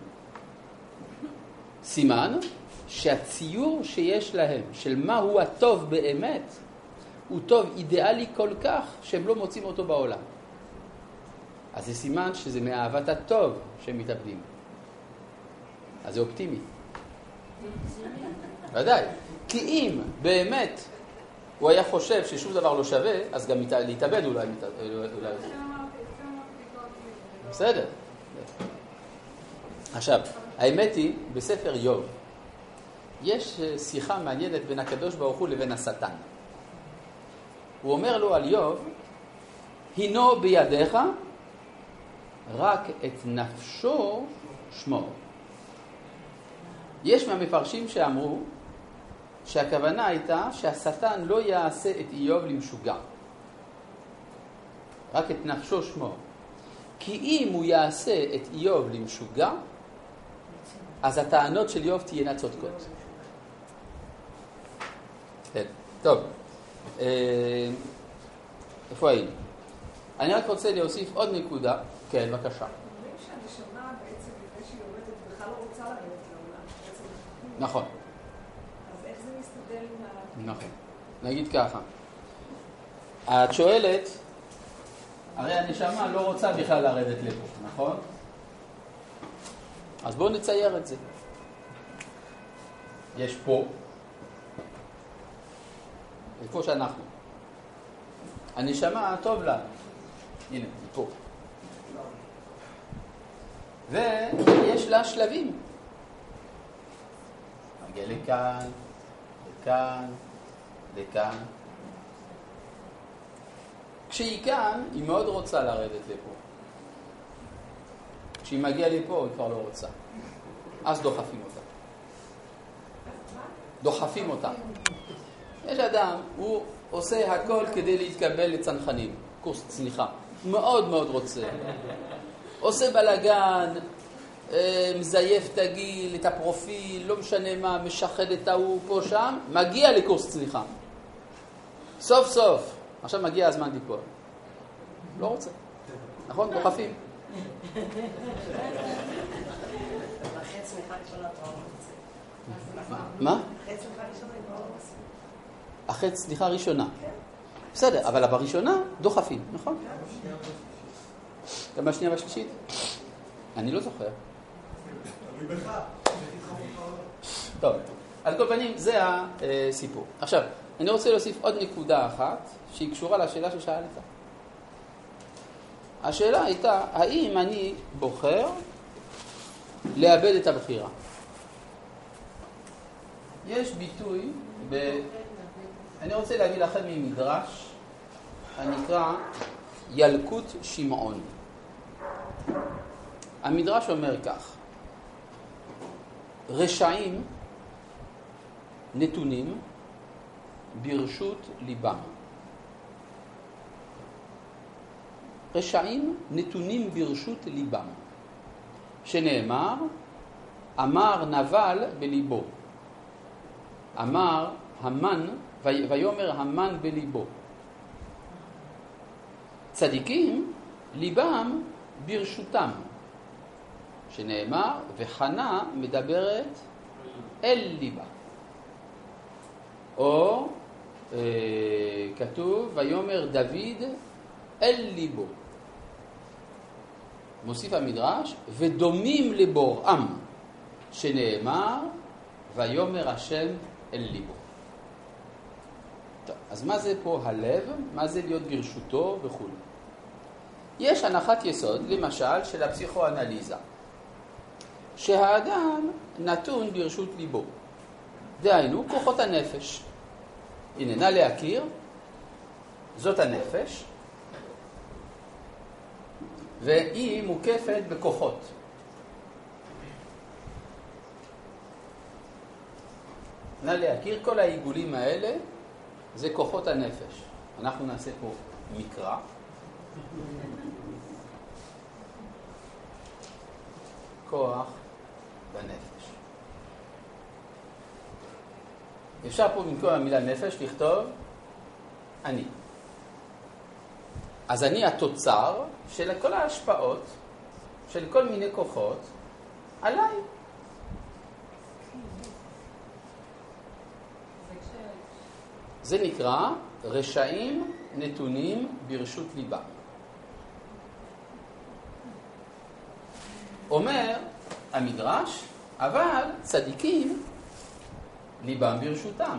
סימן שהציור שיש להם של מה הוא הטוב באמת, הוא טוב אידיאלי כל כך שהם לא מוצאים אותו בעולם. אז זה סימן שזה מאהבת הטוב שהם מתאבדים. אז זה אופטימי. ודאי. כי אם באמת הוא היה חושב ששום דבר לא שווה, אז גם להתאבד אולי מתאבד. בסדר. עכשיו, האמת היא, בספר איוב, יש שיחה מעניינת בין הקדוש ברוך הוא לבין השטן. הוא אומר לו על איוב, הינו בידיך רק את נפשו שמור. יש מהמפרשים שאמרו שהכוונה הייתה שהשטן לא יעשה את איוב למשוגע. רק את נפשו שמור. כי אם הוא יעשה את איוב למשוגע, אז הטענות של איוב תהיינה צודקות. כן, טוב. איפה היינו? אני רק רוצה להוסיף עוד נקודה. כן, בבקשה. אומרים שהנשמה בעצם לפני שהיא יורדת בכלל לא רוצה לרדת לעולם. נכון. אז איך זה מסתדר עם ה... נכון. נגיד ככה. את שואלת, הרי הנשמה לא רוצה בכלל לרדת לפה, נכון? אז בואו נצייר את זה. יש פה, איפה שאנחנו. הנשמה טוב לה. הנה, היא פה. ויש לה שלבים. מגיע לכאן, לכאן, לכאן. כשהיא כאן, היא מאוד רוצה לרדת לפה. כשהיא מגיעה לפה, היא כבר לא רוצה. אז דוחפים אותה. דוחפים אותה. יש אדם, הוא עושה הכל כדי להתקבל לצנחנים. קורס צניחה. מאוד מאוד רוצה. עושה בלגן, מזייף את הגיל, את הפרופיל, לא משנה מה, משחד את ההוא פה שם, מגיע לקורס צניחה. סוף סוף. עכשיו מגיע הזמן ליפול. לא רוצה. נכון? דוחפים. אחרי צמיחה ראשונה אתה לא רוצה. מה? אחרי צמיחה ראשונה אתה לא רוצה. אחרי צניחה ראשונה. בסדר, אבל בראשונה דוחפים, נכון? גם בשנייה והשלישית? אני לא זוכר. טוב, על כל פנים זה הסיפור. עכשיו, אני רוצה להוסיף עוד נקודה אחת שהיא קשורה לשאלה ששאלת. השאלה הייתה, האם אני בוחר לאבד את הבחירה? יש ביטוי, ב... אני רוצה להביא לכם ממדרש הנקרא ילקוט שמעון. המדרש אומר כך, רשעים נתונים ברשות ליבם. רשעים נתונים ברשות ליבם. שנאמר, אמר נבל בליבו. אמר המן, ויאמר המן בליבו. צדיקים ליבם ברשותם. שנאמר, וחנה מדברת אל ליבה. או אה, כתוב, ויאמר דוד אל ליבו. מוסיף המדרש, ודומים לבוראם, שנאמר, ויאמר השם אל ליבו. טוב, אז מה זה פה הלב? מה זה להיות ברשותו וכו'? יש הנחת יסוד, למשל, של הפסיכואנליזה, שהאדם נתון ברשות ליבו. דהיינו, כוחות הנפש. הנה, נא להכיר, זאת הנפש, והיא מוקפת בכוחות. נא להכיר, כל העיגולים האלה זה כוחות הנפש. אנחנו נעשה פה מקרא. כוח בנפש. אפשר פה במקום המילה נפש לכתוב אני. אז אני התוצר של כל ההשפעות של כל מיני כוחות עליי. זה נקרא רשעים נתונים ברשות ליבם. אומר המדרש, אבל צדיקים ליבם ברשותם.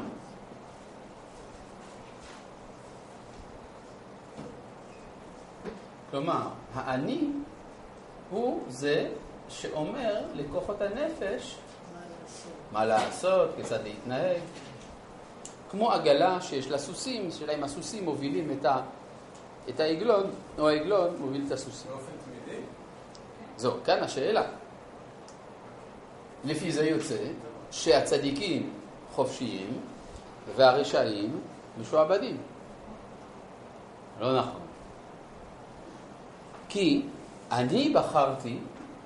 כלומר, האני הוא זה שאומר לכוחות הנפש מה לעשות, כיצד להתנהג. כמו עגלה שיש לה סוסים, שאלה אם הסוסים מובילים את, ה, את העגלון, או העגלון מוביל את הסוסים. באופן תמידי? זו, כאן השאלה. לפי זה יוצא שהצדיקים חופשיים והרשעים משועבדים. לא נכון. כי אני בחרתי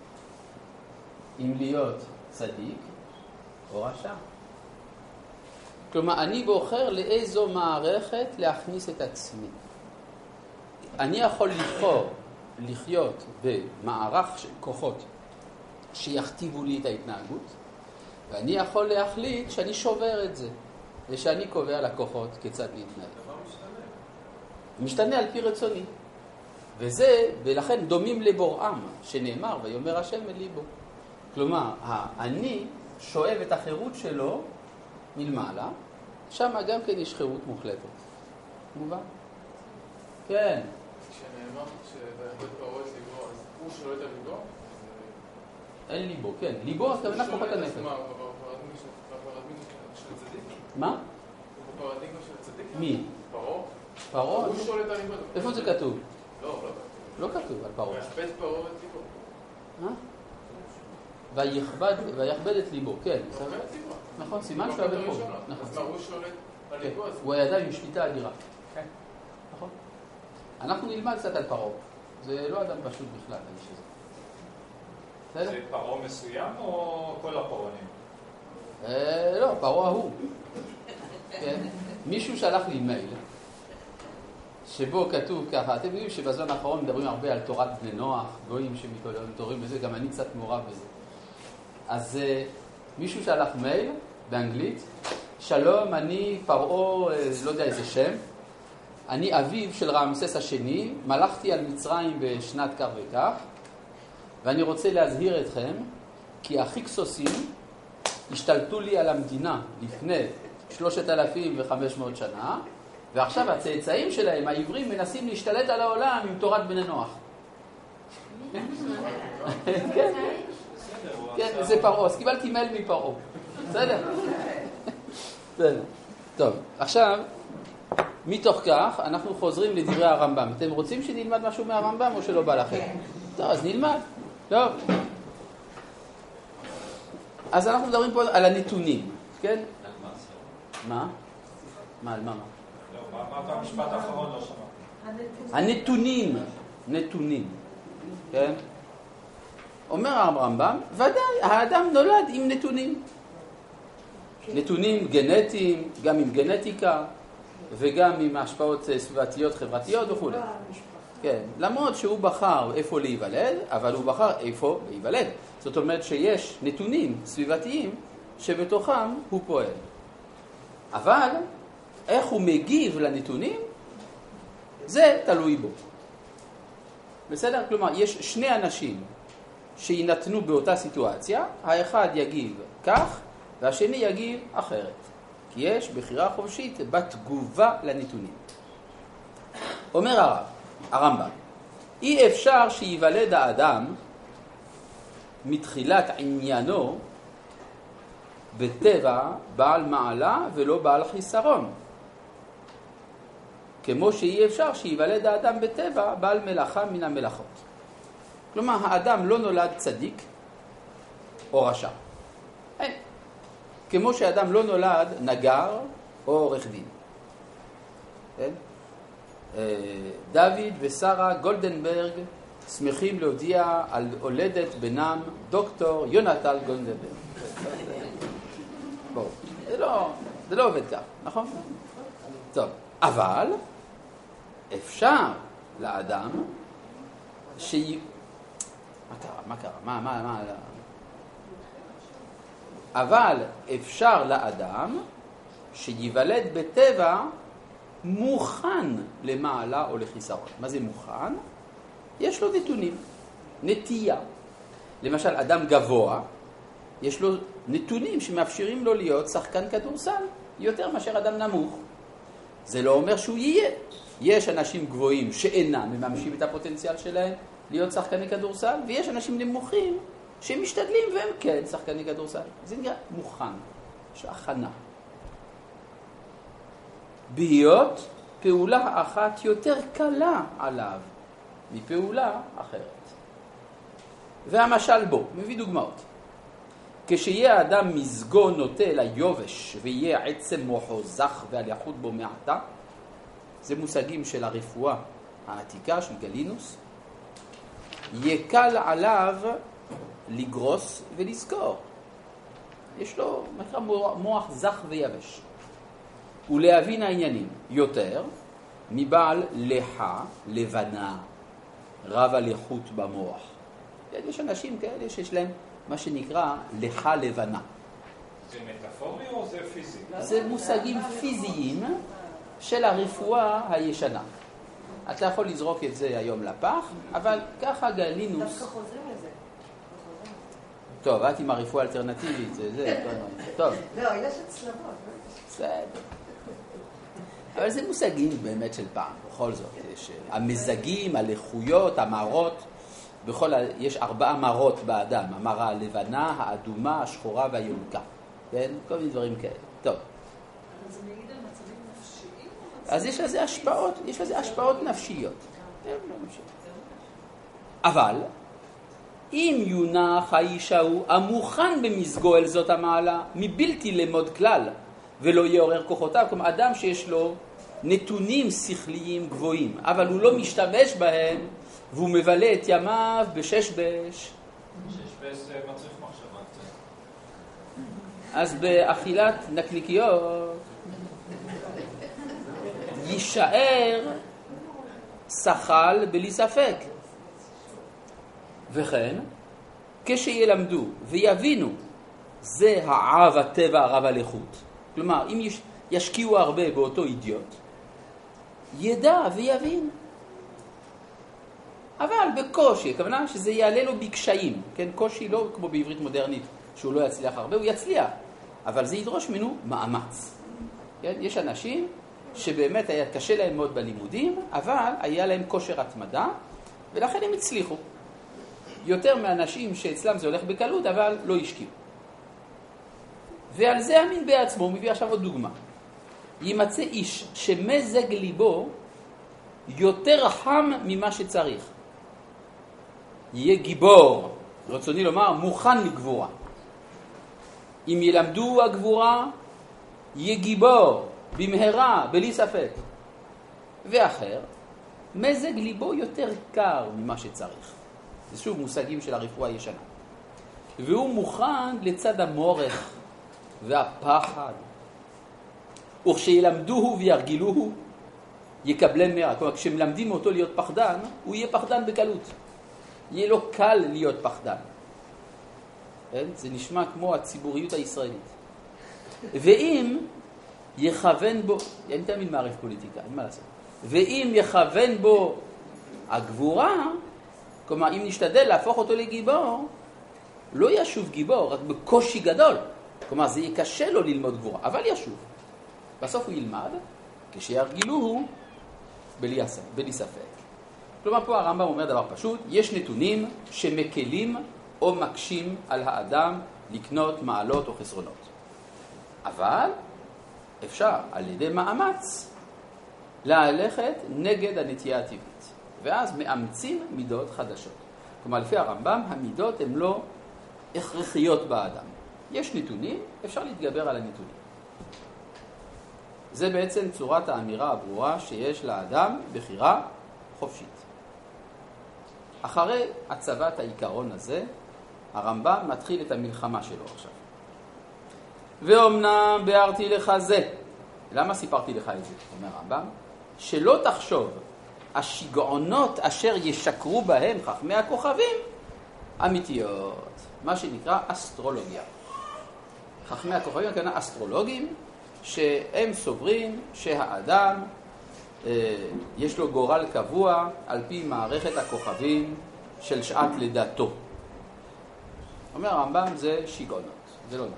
אם להיות צדיק או רשע. כלומר, אני בוחר לאיזו מערכת להכניס את עצמי. אני יכול לבחור לחיות במערך של כוחות שיכתיבו לי את ההתנהגות, ואני יכול להחליט שאני שובר את זה, ושאני קובע לכוחות כיצד להתנהג. דבר משתנה. משתנה על פי רצוני. וזה, ולכן דומים לבוראם, שנאמר, ויאמר השם אל ליבו. כלומר, אני שואב את החירות שלו מלמעלה, שם גם כן יש חירות מוחלטת. מובן? כן. כשנאמר שבית פרעה את ליבו, אז הוא שואל את ליבו? אל ליבו, כן. ליבו, הכוונה כוחות הנפש. מה, הוא בפרדיגמה של הצדיק? מה? הוא בפרדיגמה של הצדיק? מי? פרעה? פרעה? הוא שואל את הליבו. איפה זה כתוב? לא, לא כתוב. לא כתוב על פרעה. ויכבד פרעה את ליבו. מה? ויכבד, ויכבד את ליבו, כן. הוא אומר את ליבו. נכון, סימן שהוא היה בחור. אז מה, הוא שואל את ליבו? הוא היה אדם עם שליטה אדירה. נכון. אנחנו נלמד קצת על פרעה. זה לא אדם פשוט בכלל, האיש הזה. זה פרעה מסוים או כל הפרעונים? לא, פרעה הוא. מישהו שלח לי מייל שבו כתוב ככה, אתם יודעים שבזמן האחרון מדברים הרבה על תורת בני נוח, גויים שמתעוררים בזה, גם אני קצת מעורב בזה. אז מישהו שלח מייל באנגלית, שלום, אני פרעה, לא יודע איזה שם, אני אביו של רעמסס השני, מלכתי על מצרים בשנת כך וכך, ואני רוצה להזהיר אתכם, כי החיקסוסים השתלטו לי על המדינה לפני שלושת אלפים וחמש מאות שנה, ועכשיו הצאצאים שלהם, העברים, מנסים להשתלט על העולם עם תורת בני נוח. כן, כן, זה פרעה. אז קיבלתי מייל מפרעה. בסדר? בסדר. טוב, עכשיו, מתוך כך, אנחנו חוזרים לדברי הרמב"ם. אתם רוצים שנלמד משהו מהרמב"ם או שלא בא לכם? טוב, אז נלמד. טוב. אז אנחנו מדברים פה על הנתונים, כן? מה? מה, על מה? לא, מה אתה המשפט האחרון לא שמע? הנתונים, נתונים, כן? אומר הרמב"ם, ודאי, האדם נולד עם נתונים. נתונים גנטיים, גם עם גנטיקה, וגם עם השפעות סביבתיות, חברתיות וכו'. כן, למרות שהוא בחר איפה להיוולד, אבל הוא בחר איפה להיוולד. זאת אומרת שיש נתונים סביבתיים שבתוכם הוא פועל. אבל איך הוא מגיב לנתונים, זה תלוי בו. בסדר? כלומר, יש שני אנשים שינתנו באותה סיטואציה, האחד יגיב כך והשני יגיב אחרת. כי יש בחירה חופשית בתגובה לנתונים. אומר הרב, הרמב"ם, אי אפשר שיוולד האדם מתחילת עניינו בטבע בעל מעלה ולא בעל חיסרון. כמו שאי אפשר שיוולד האדם בטבע בעל מלאכה מן המלאכות. כלומר, האדם לא נולד צדיק או רשע. אין. כמו שהאדם לא נולד נגר או עורך דין. כן? דוד ושרה גולדנברג שמחים להודיע על הולדת בנם דוקטור יונתן גולדנברג. בואו, זה לא, זה לא עובד כך, נכון? טוב, אבל אפשר לאדם ש... מה קרה? מה קרה? מה, מה, מה? אבל אפשר לאדם שיוולד בטבע מוכן למעלה או לחיסרון. מה זה מוכן? יש לו נתונים, נטייה. למשל, אדם גבוה, יש לו נתונים שמאפשרים לו להיות שחקן כדורסל יותר מאשר אדם נמוך. זה לא אומר שהוא יהיה. יש אנשים גבוהים שאינם מממשים את הפוטנציאל שלהם להיות שחקני כדורסל, ויש אנשים נמוכים שמשתדלים והם כן שחקני כדורסל. זה נראה מוכן, יש הכנה. בהיות פעולה אחת יותר קלה עליו מפעולה אחרת. והמשל בו, מביא דוגמאות. כשיהיה האדם מזגו נוטה ליובש ויהיה עצם מוחו זך והלחות בו מעטה, זה מושגים של הרפואה העתיקה של גלינוס, יקל עליו לגרוס ולזכור. יש לו מקרא מוח זך ויבש. ולהבין העניינים יותר מבעל לחה לבנה, רב הלחות במוח. יש אנשים כאלה שיש להם מה שנקרא לחה לבנה. זה מטאפורי או זה פיזי? זה מושגים פיזיים של הרפואה הישנה. אתה יכול לזרוק את זה היום לפח, אבל ככה גלינוס... דווקא חוזרים לזה. טוב, את עם הרפואה האלטרנטיבית, זה זה, טוב. לא, יש הצלבות. בסדר. אבל זה מושגים באמת של פעם, בכל זאת. יש המזגים, הלחויות, המרות, בכל, יש ארבעה מרות באדם, המרה הלבנה, האדומה, השחורה והיונקה. כן? כל מיני דברים כאלה. טוב. אז זה מעיד על מצבים נפשיים? אז יש לזה השפעות, יש לזה השפעות נפשיות. אבל, אם יונח האיש ההוא המוכן במזגו אל זאת המעלה, מבלתי למוד כלל, ולא יעורר כוחותיו, כמו אדם שיש לו נתונים שכליים גבוהים, אבל הוא לא משתמש בהם, והוא מבלה את ימיו בשש בש. שש בש זה מצריך מחשבה קצת. אז באכילת נקניקיות יישאר שחל בלי ספק. וכן, כשילמדו ויבינו, זה העב הטבע הרב הלחות. כלומר, אם יש, ישקיעו הרבה באותו אידיוט, ידע ויבין. אבל בקושי, הכוונה שזה יעלה לו בקשיים. כן, קושי לא כמו בעברית מודרנית, שהוא לא יצליח הרבה, הוא יצליח. אבל זה ידרוש ממנו מאמץ. כן, יש אנשים שבאמת היה קשה להם מאוד בלימודים, אבל היה להם כושר התמדה, ולכן הם הצליחו. יותר מאנשים שאצלם זה הולך בקלות, אבל לא השקיעו. ועל זה אמין בעצמו, הוא מביא עכשיו עוד דוגמה. יימצא איש שמזג ליבו יותר חם ממה שצריך. יהיה גיבור, רצוני לומר, מוכן לגבורה. אם ילמדו הגבורה, יהיה גיבור, במהרה, בלי ספק. ואחר, מזג ליבו יותר קר ממה שצריך. זה שוב מושגים של הרפואה הישנה. והוא מוכן לצד המורך והפחד. וכשילמדוהו וירגילוהו, יקבלם מהרה. כלומר, כשמלמדים אותו להיות פחדן, הוא יהיה פחדן בקלות. יהיה לו קל להיות פחדן. זה נשמע כמו הציבוריות הישראלית. ואם יכוון בו, אני תמיד מעריך פוליטיקה, אין מה לעשות. ואם יכוון בו הגבורה, כלומר, אם נשתדל להפוך אותו לגיבור, לא ישוב גיבור, רק בקושי גדול. כלומר, זה יהיה קשה לו ללמוד גבורה, אבל ישוב. בסוף הוא ילמד, כשירגילוהו, בלי, בלי ספק. כלומר, פה הרמב"ם אומר דבר פשוט, יש נתונים שמקלים או מקשים על האדם לקנות מעלות או חסרונות. אבל אפשר על ידי מאמץ ללכת נגד הנטייה הטבעית. ואז מאמצים מידות חדשות. כלומר, לפי הרמב"ם, המידות הן לא הכרחיות באדם. יש נתונים, אפשר להתגבר על הנתונים. זה בעצם צורת האמירה הברורה שיש לאדם בחירה חופשית. אחרי הצבת העיקרון הזה, הרמב"ם מתחיל את המלחמה שלו עכשיו. ואומנם ביארתי לך זה. למה סיפרתי לך את זה? אומר הרמב"ם, שלא תחשוב השיגעונות אשר ישקרו בהם חכמי הכוכבים אמיתיות. מה שנקרא אסטרולוגיה. חכמי הכוכבים כנראה אסטרולוגים, שהם סוברים שהאדם אה, יש לו גורל קבוע על פי מערכת הכוכבים של שעת לידתו. אומר הרמב"ם זה שיגעונות, זה לא נכון.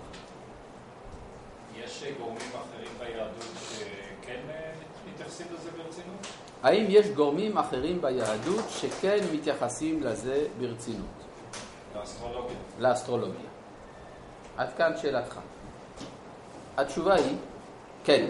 יש גורמים אחרים ביהדות שכן מתייחסים לזה ברצינות? האם יש גורמים אחרים ביהדות שכן מתייחסים לזה ברצינות? לאסטרולוגיה. לאסטרולוגיה. עד כאן שאלתך. התשובה היא, כן.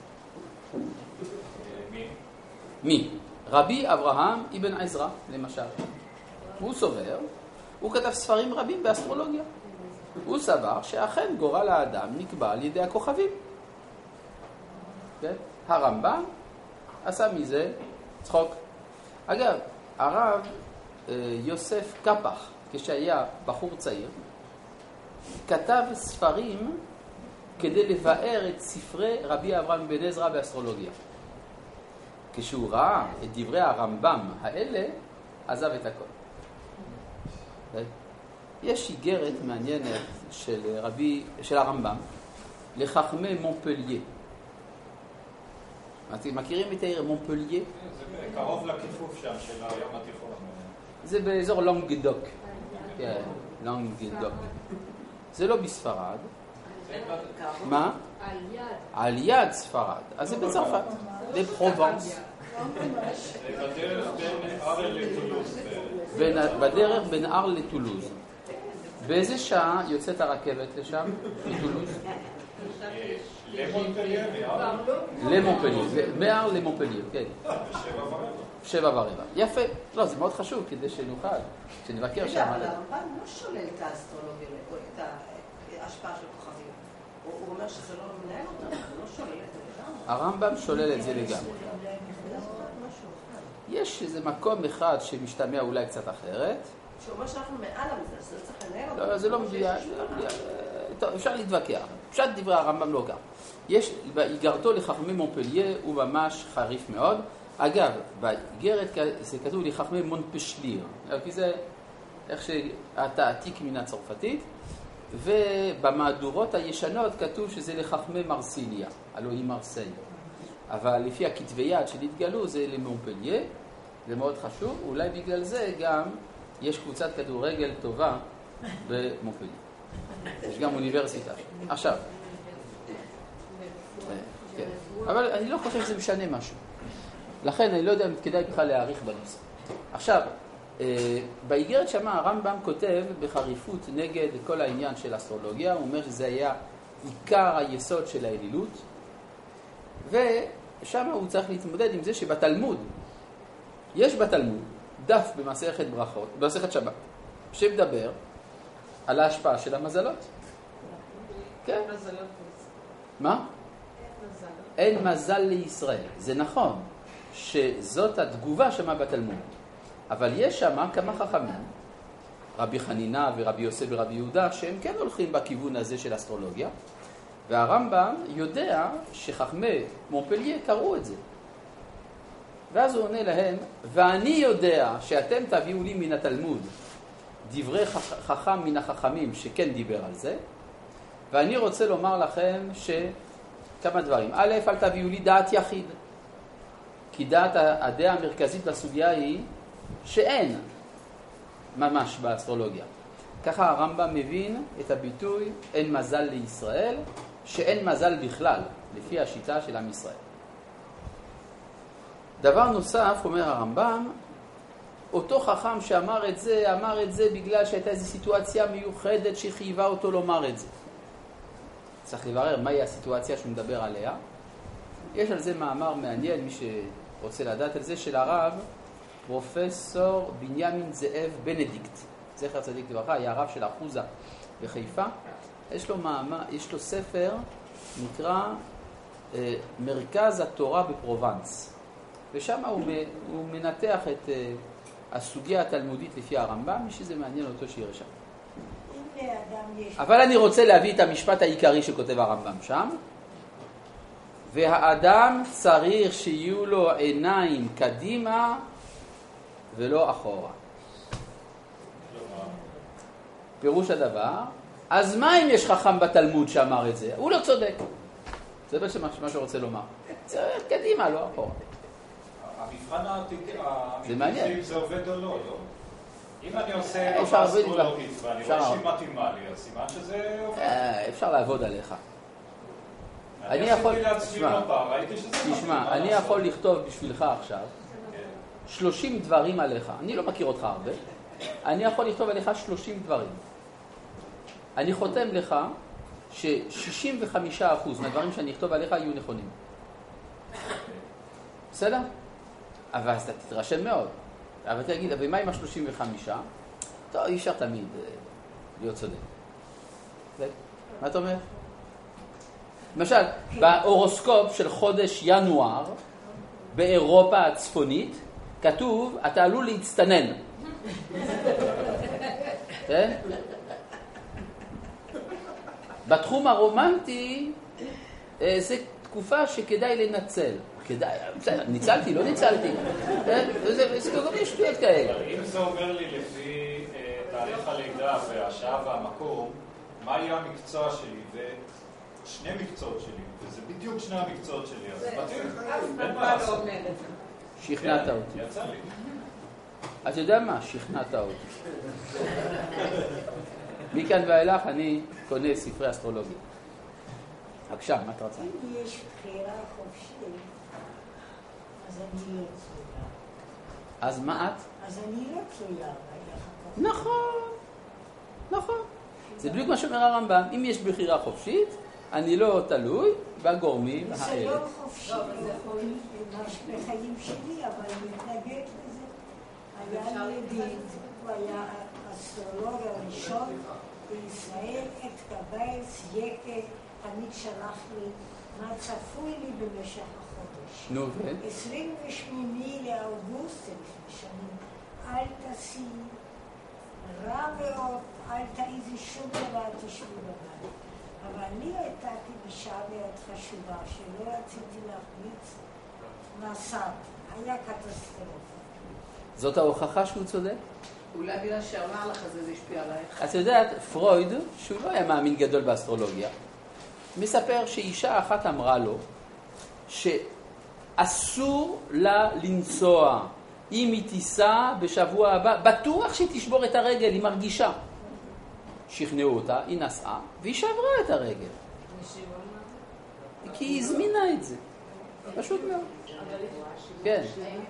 מי? מי? רבי אברהם אבן עזרא, למשל. הוא סובר, הוא כתב ספרים רבים באסטרולוגיה. הוא סבר שאכן גורל האדם נקבע על ידי הכוכבים. כן? הרמב"ם עשה מזה צחוק. אגב, הרב יוסף קפח, כשהיה בחור צעיר, כתב ספרים כדי לבאר את ספרי רבי אברהם אבן עזרא באסטרולוגיה. כשהוא ראה את דברי הרמב"ם האלה, עזב את הכל. יש איגרת מעניינת של רבי, של הרמב"ם לחכמי מונפלייה. אתם מכירים את העיר מונפלייה? זה קרוב לכיפוף שם של הים התיכון. זה באזור לונגדוק. כן, לונגדוק. זה לא בספרד. מה? על יד. על יד ספרד. אז זה בצרפת. בפרובנס. בדרך בין אר לטולוז. בדרך בין אר לטולוז. באיזה שעה יוצאת הרכבת לשם, מטולוז? למונפלייה, מאר? למונפלייה, מאר למונפלייה, כן. שבע ורבע. שבע ורבע. יפה. לא, זה מאוד חשוב כדי שנוכל, שנבקר שם. אבל הרמב"ם לא שולל את האסטרולוגיה, את ההשפעה של כוכבים. הוא אומר שזה לא מנהל אותם, הוא לא שולל את זה לגמרי. הרמב"ם שולל את זה לגמרי. יש איזה מקום אחד שמשתמע אולי קצת אחרת. שהוא אומר שאנחנו מעל המזה, שזה צריך לנהל אותם. לא, זה לא מדויק. טוב, אפשר להתווכח. פשט דברי הרמב"ם לא גם. יש, באיגרתו לחכמי מונפלייה הוא ממש חריף מאוד. אגב, באיגרת זה כתוב לחכמי מונפשליר. כי זה איך שאתה עתיק מן הצרפתית. ובמהדורות הישנות כתוב שזה לחכמי מרסיליה. הלוא היא מרסיי. אבל לפי הכתבי יד שנתגלו זה למונפלייה. זה מאוד חשוב. אולי בגלל זה גם יש קבוצת כדורגל טובה במונפלייה. יש גם אוניברסיטה. עכשיו, כן. אבל אני לא חושב שזה משנה משהו. לכן אני לא יודע אם כדאי בכלל להעריך בנושא. עכשיו, באיגרת שמה הרמב"ם כותב בחריפות נגד כל העניין של אסטרולוגיה. הוא אומר שזה היה עיקר היסוד של האלילות. ושם הוא צריך להתמודד עם זה שבתלמוד, יש בתלמוד דף במסכת ברכות, במסכת שבת, שמדבר על ההשפעה של המזלות. כן. מה? אין מזל לישראל. זה נכון שזאת התגובה שמה בתלמוד. אבל יש שמה כמה חכמים, רבי חנינה ורבי יוסף ורבי יהודה, שהם כן הולכים בכיוון הזה של אסטרולוגיה. והרמב"ם יודע שחכמי מונפלייה קראו את זה. ואז הוא עונה להם, ואני יודע שאתם תביאו לי מן התלמוד דברי חכם מן החכמים שכן דיבר על זה, ואני רוצה לומר לכם שכמה דברים. א', אל תביאו לי דעת יחיד, כי דעת הדעה המרכזית בסוגיה היא שאין ממש באסטרולוגיה. ככה הרמב"ם מבין את הביטוי אין מזל לישראל, שאין מזל בכלל, לפי השיטה של עם ישראל. דבר נוסף, אומר הרמב"ם, אותו חכם שאמר את זה, אמר את זה בגלל שהייתה איזו סיטואציה מיוחדת שחייבה אותו לומר את זה. צריך לברר מהי הסיטואציה שהוא מדבר עליה. יש על זה מאמר מעניין, מי שרוצה לדעת על זה, של הרב פרופסור בנימין זאב בנדיקט. זכר צדיק לברכה, היה הרב של אחוזה בחיפה. יש לו מאמר, יש לו ספר, נקרא אה, מרכז התורה בפרובנס. ושם הוא, הוא מנתח את אה, הסוגיה התלמודית לפי הרמב"ם, מי שזה מעניין אותו שיראה שם. אבל אני רוצה להביא את המשפט העיקרי שכותב הרמב"ם שם. והאדם צריך שיהיו לו עיניים קדימה ולא אחורה. פירוש הדבר, אז מה אם יש חכם בתלמוד שאמר את זה? הוא לא צודק. זה בעצם מה שהוא רוצה לומר. צריך קדימה, לא אחורה. המבחן זה מעניין. האמיתי זה עובד או לא, לא? אם אני עושה מפה אסטרולוגית ואני רואה שהיא מתאימה לי, אז סימן שזה עובד. אפשר לעבוד עליך. אני עשיתי לעצמי מפה, ראיתי שזה מתאים. תשמע, אני יכול לכתוב בשבילך עכשיו שלושים דברים עליך. אני לא מכיר אותך הרבה. אני יכול לכתוב עליך שלושים דברים. אני חותם לך ש-שישים וחמישה אחוז מהדברים שאני אכתוב עליך יהיו נכונים. בסדר? אבל אז אתה תתרשם מאוד. אבל תגיד, אבל מה עם ה-שלושים וחמישה? טוב, אי אפשר תמיד להיות צודק. מה אתה אומר? למשל, בהורוסקופ של חודש ינואר, באירופה הצפונית, כתוב, אתה עלול להצטנן. כן? בתחום הרומנטי, זה תקופה שכדאי לנצל. כדאי, ניצלתי, לא ניצלתי. זה כל מיני שטויות כאלה. אם זה אומר לי לפי תאריך הלידה והשעה והמקום, מה יהיה המקצוע שלי ושני מקצועות שלי, וזה בדיוק שני המקצועות שלי, אז מתאים. אין מה לעשות. שכנעת אותי. יצא לי. אתה יודע מה? שכנעת אותי. מכאן ואילך אני קונה ספרי אסטרולוגיה. בבקשה, מה את רצה? אם יש בחירה חופשית, אז אני לא תלויה. אז מה את? אז אני לא תלויה. נכון, נכון. זה בדיוק מה שאומר הרמב"ם. אם יש בחירה חופשית, אני לא תלוי בגורמים האלה. זה לא חופשי, זה יכול בחיים שלי, אבל אני מתנגד לזה. היה לי ידיד, הוא היה האסטרולוג הראשון בישראל, את קבייס יקה, תמיד שלח לי מה צפוי לי במשך החודש. נו, כן. עשרים ושמיני לאוגוסט, לפני שנים, אל תעשי רע מאוד, אל תעיזי שום דבר, תשבי בבית. אבל אני הייתי בשעה מאוד חשובה, שלא רציתי להחמיץ נסעת. היה קטסטרופה. זאת ההוכחה שהוא צודק? אולי בגלל שאמר לך זה, זה השפיע עלייך. את יודעת, פרויד, שהוא לא היה מאמין גדול באסטרולוגיה, מספר שאישה אחת אמרה לו שאסור לה לנסוע. אם היא תיסע בשבוע הבא, בטוח שהיא תשבור את הרגל, היא מרגישה. שכנעו אותה, היא נסעה, והיא שברה את הרגל. כי היא הזמינה את זה. פשוט מאוד. כן.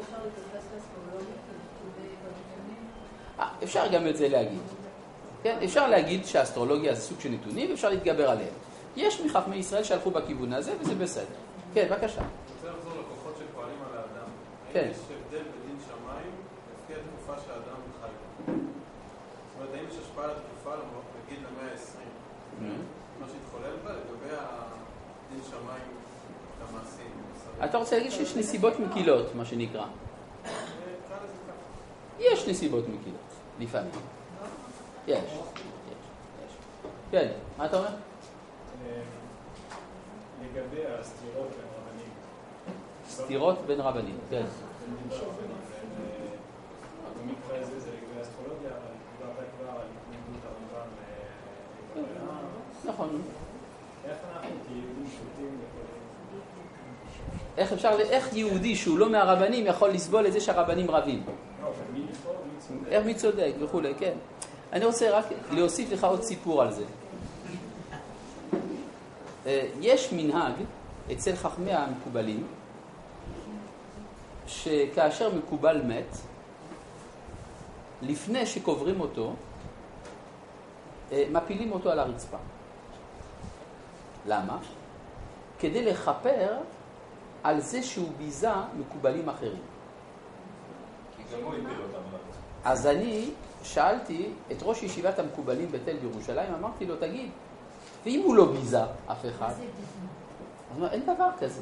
אפשר גם את זה להגיד. כן, אפשר להגיד שהאסטרולוגיה זה סוג של נתונים, ואפשר להתגבר עליהם. יש מחכמי ישראל שהלכו בכיוון הזה, וזה בסדר. כן, בבקשה. אני רוצה לחזור לכוחות שפועלים על האדם. כן. האם יש הבדל בדין שמיים לפי התקופה שהאדם חי? זאת אומרת, האם יש השפעה על התקופה, נגיד למאה העשרים? מה שהתחולל בה לגבי הדין שמיים למעשים? אתה רוצה להגיד שיש נסיבות מקילות, מה שנקרא. יש נסיבות מקילות, לפעמים. יש. כן, מה אתה אומר? לגבי הסתירות בין רבנים. סתירות בין רבנים, כן. במקרה הזה זה לגבי אסטרולוגיה, אבל דיברת כבר על התנגדות הרמב"ם לקבלה. נכון. איך אנחנו כיהודים שותים לקבלה? איך אפשר, איך יהודי שהוא לא מהרבנים יכול לסבול את זה שהרבנים רבים? לא, מי פה, מי צודק? איך מי צודק וכולי, כן. אני רוצה רק להוסיף לך עוד סיפור על זה. יש מנהג אצל חכמי המקובלים, שכאשר מקובל מת, לפני שקוברים אותו, מפילים אותו על הרצפה. למה? כדי לחפר על זה שהוא ביזה מקובלים אחרים. כי גם הוא הפיל אותם על הרצפה. אז אני שאלתי את ראש ישיבת המקובלים בתל בירושלים, אמרתי לו, תגיד, ואם הוא לא ביזה אף אחד? אז הוא אומר, אין דבר כזה.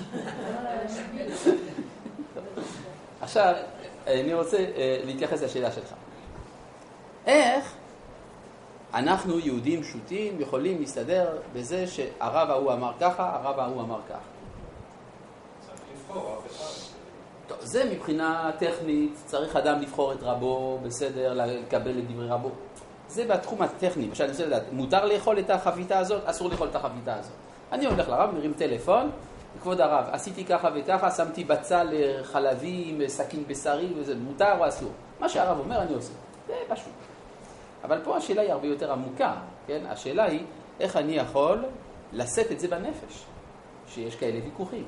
עכשיו, אני רוצה להתייחס לשאלה שלך. איך אנחנו יהודים פשוטים יכולים להסתדר בזה שהרב ההוא אמר ככה, הרב ההוא אמר ככה? צריך לבחור אף אחד. טוב, זה מבחינה טכנית, צריך אדם לבחור את רבו, בסדר, לקבל את דברי רבו. זה בתחום הטכני, למשל אני רוצה לדעת, מותר לאכול את החביתה הזאת, אסור לאכול את החביתה הזאת. אני הולך לרב, מרים טלפון, כבוד הרב, עשיתי ככה וככה, שמתי בצל חלבי, סכין בשרי, וזה מותר או אסור. מה שהרב אומר אני עושה, זה פשוט. אבל פה השאלה היא הרבה יותר עמוקה, כן? השאלה היא איך אני יכול לשאת את זה בנפש, שיש כאלה ויכוחים.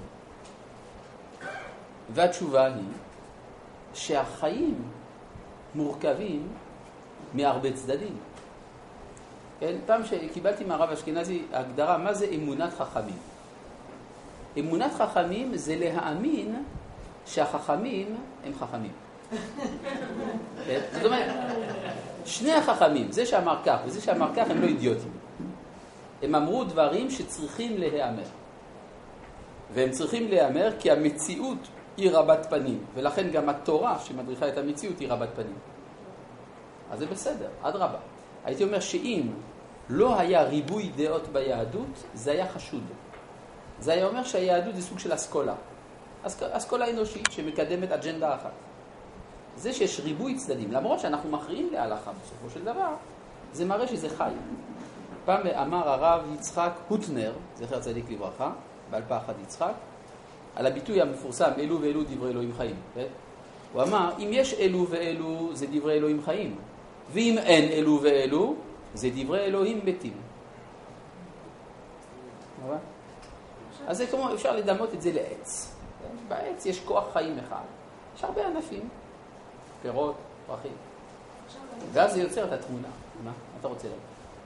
והתשובה היא שהחיים מורכבים מהרבה צדדים. כן? פעם שקיבלתי מהרב אשכנזי הגדרה, מה זה אמונת חכמים? אמונת חכמים זה להאמין שהחכמים הם חכמים. כן? זאת אומרת, שני החכמים, זה שאמר כך וזה שאמר כך, הם לא אידיוטים. הם אמרו דברים שצריכים להיאמר. והם צריכים להיאמר כי המציאות היא רבת פנים, ולכן גם התורה שמדריכה את המציאות היא רבת פנים. אז זה בסדר, עד רבה. הייתי אומר שאם לא היה ריבוי דעות ביהדות, זה היה חשוד. זה היה אומר שהיהדות זה סוג של אסכולה. אסכולה אנושית שמקדמת אג'נדה אחת. זה שיש ריבוי צדדים, למרות שאנחנו מכריעים להלכה בסופו של דבר, זה מראה שזה חי. פעם אמר הרב יצחק הוטנר, זכר צדיק לברכה, בעל פה אחד יצחק, על הביטוי המפורסם, אלו ואלו דברי אלוהים חיים. כן? הוא אמר, אם יש אלו ואלו, זה דברי אלוהים חיים. ואם אין אלו ואלו, זה דברי אלוהים מתים. אז זה כמו, אפשר לדמות את זה לעץ. בעץ יש כוח חיים אחד. יש הרבה ענפים, פירות, פרחים. ואז זה יוצר את התמונה. מה? מה אתה רוצה להגיד?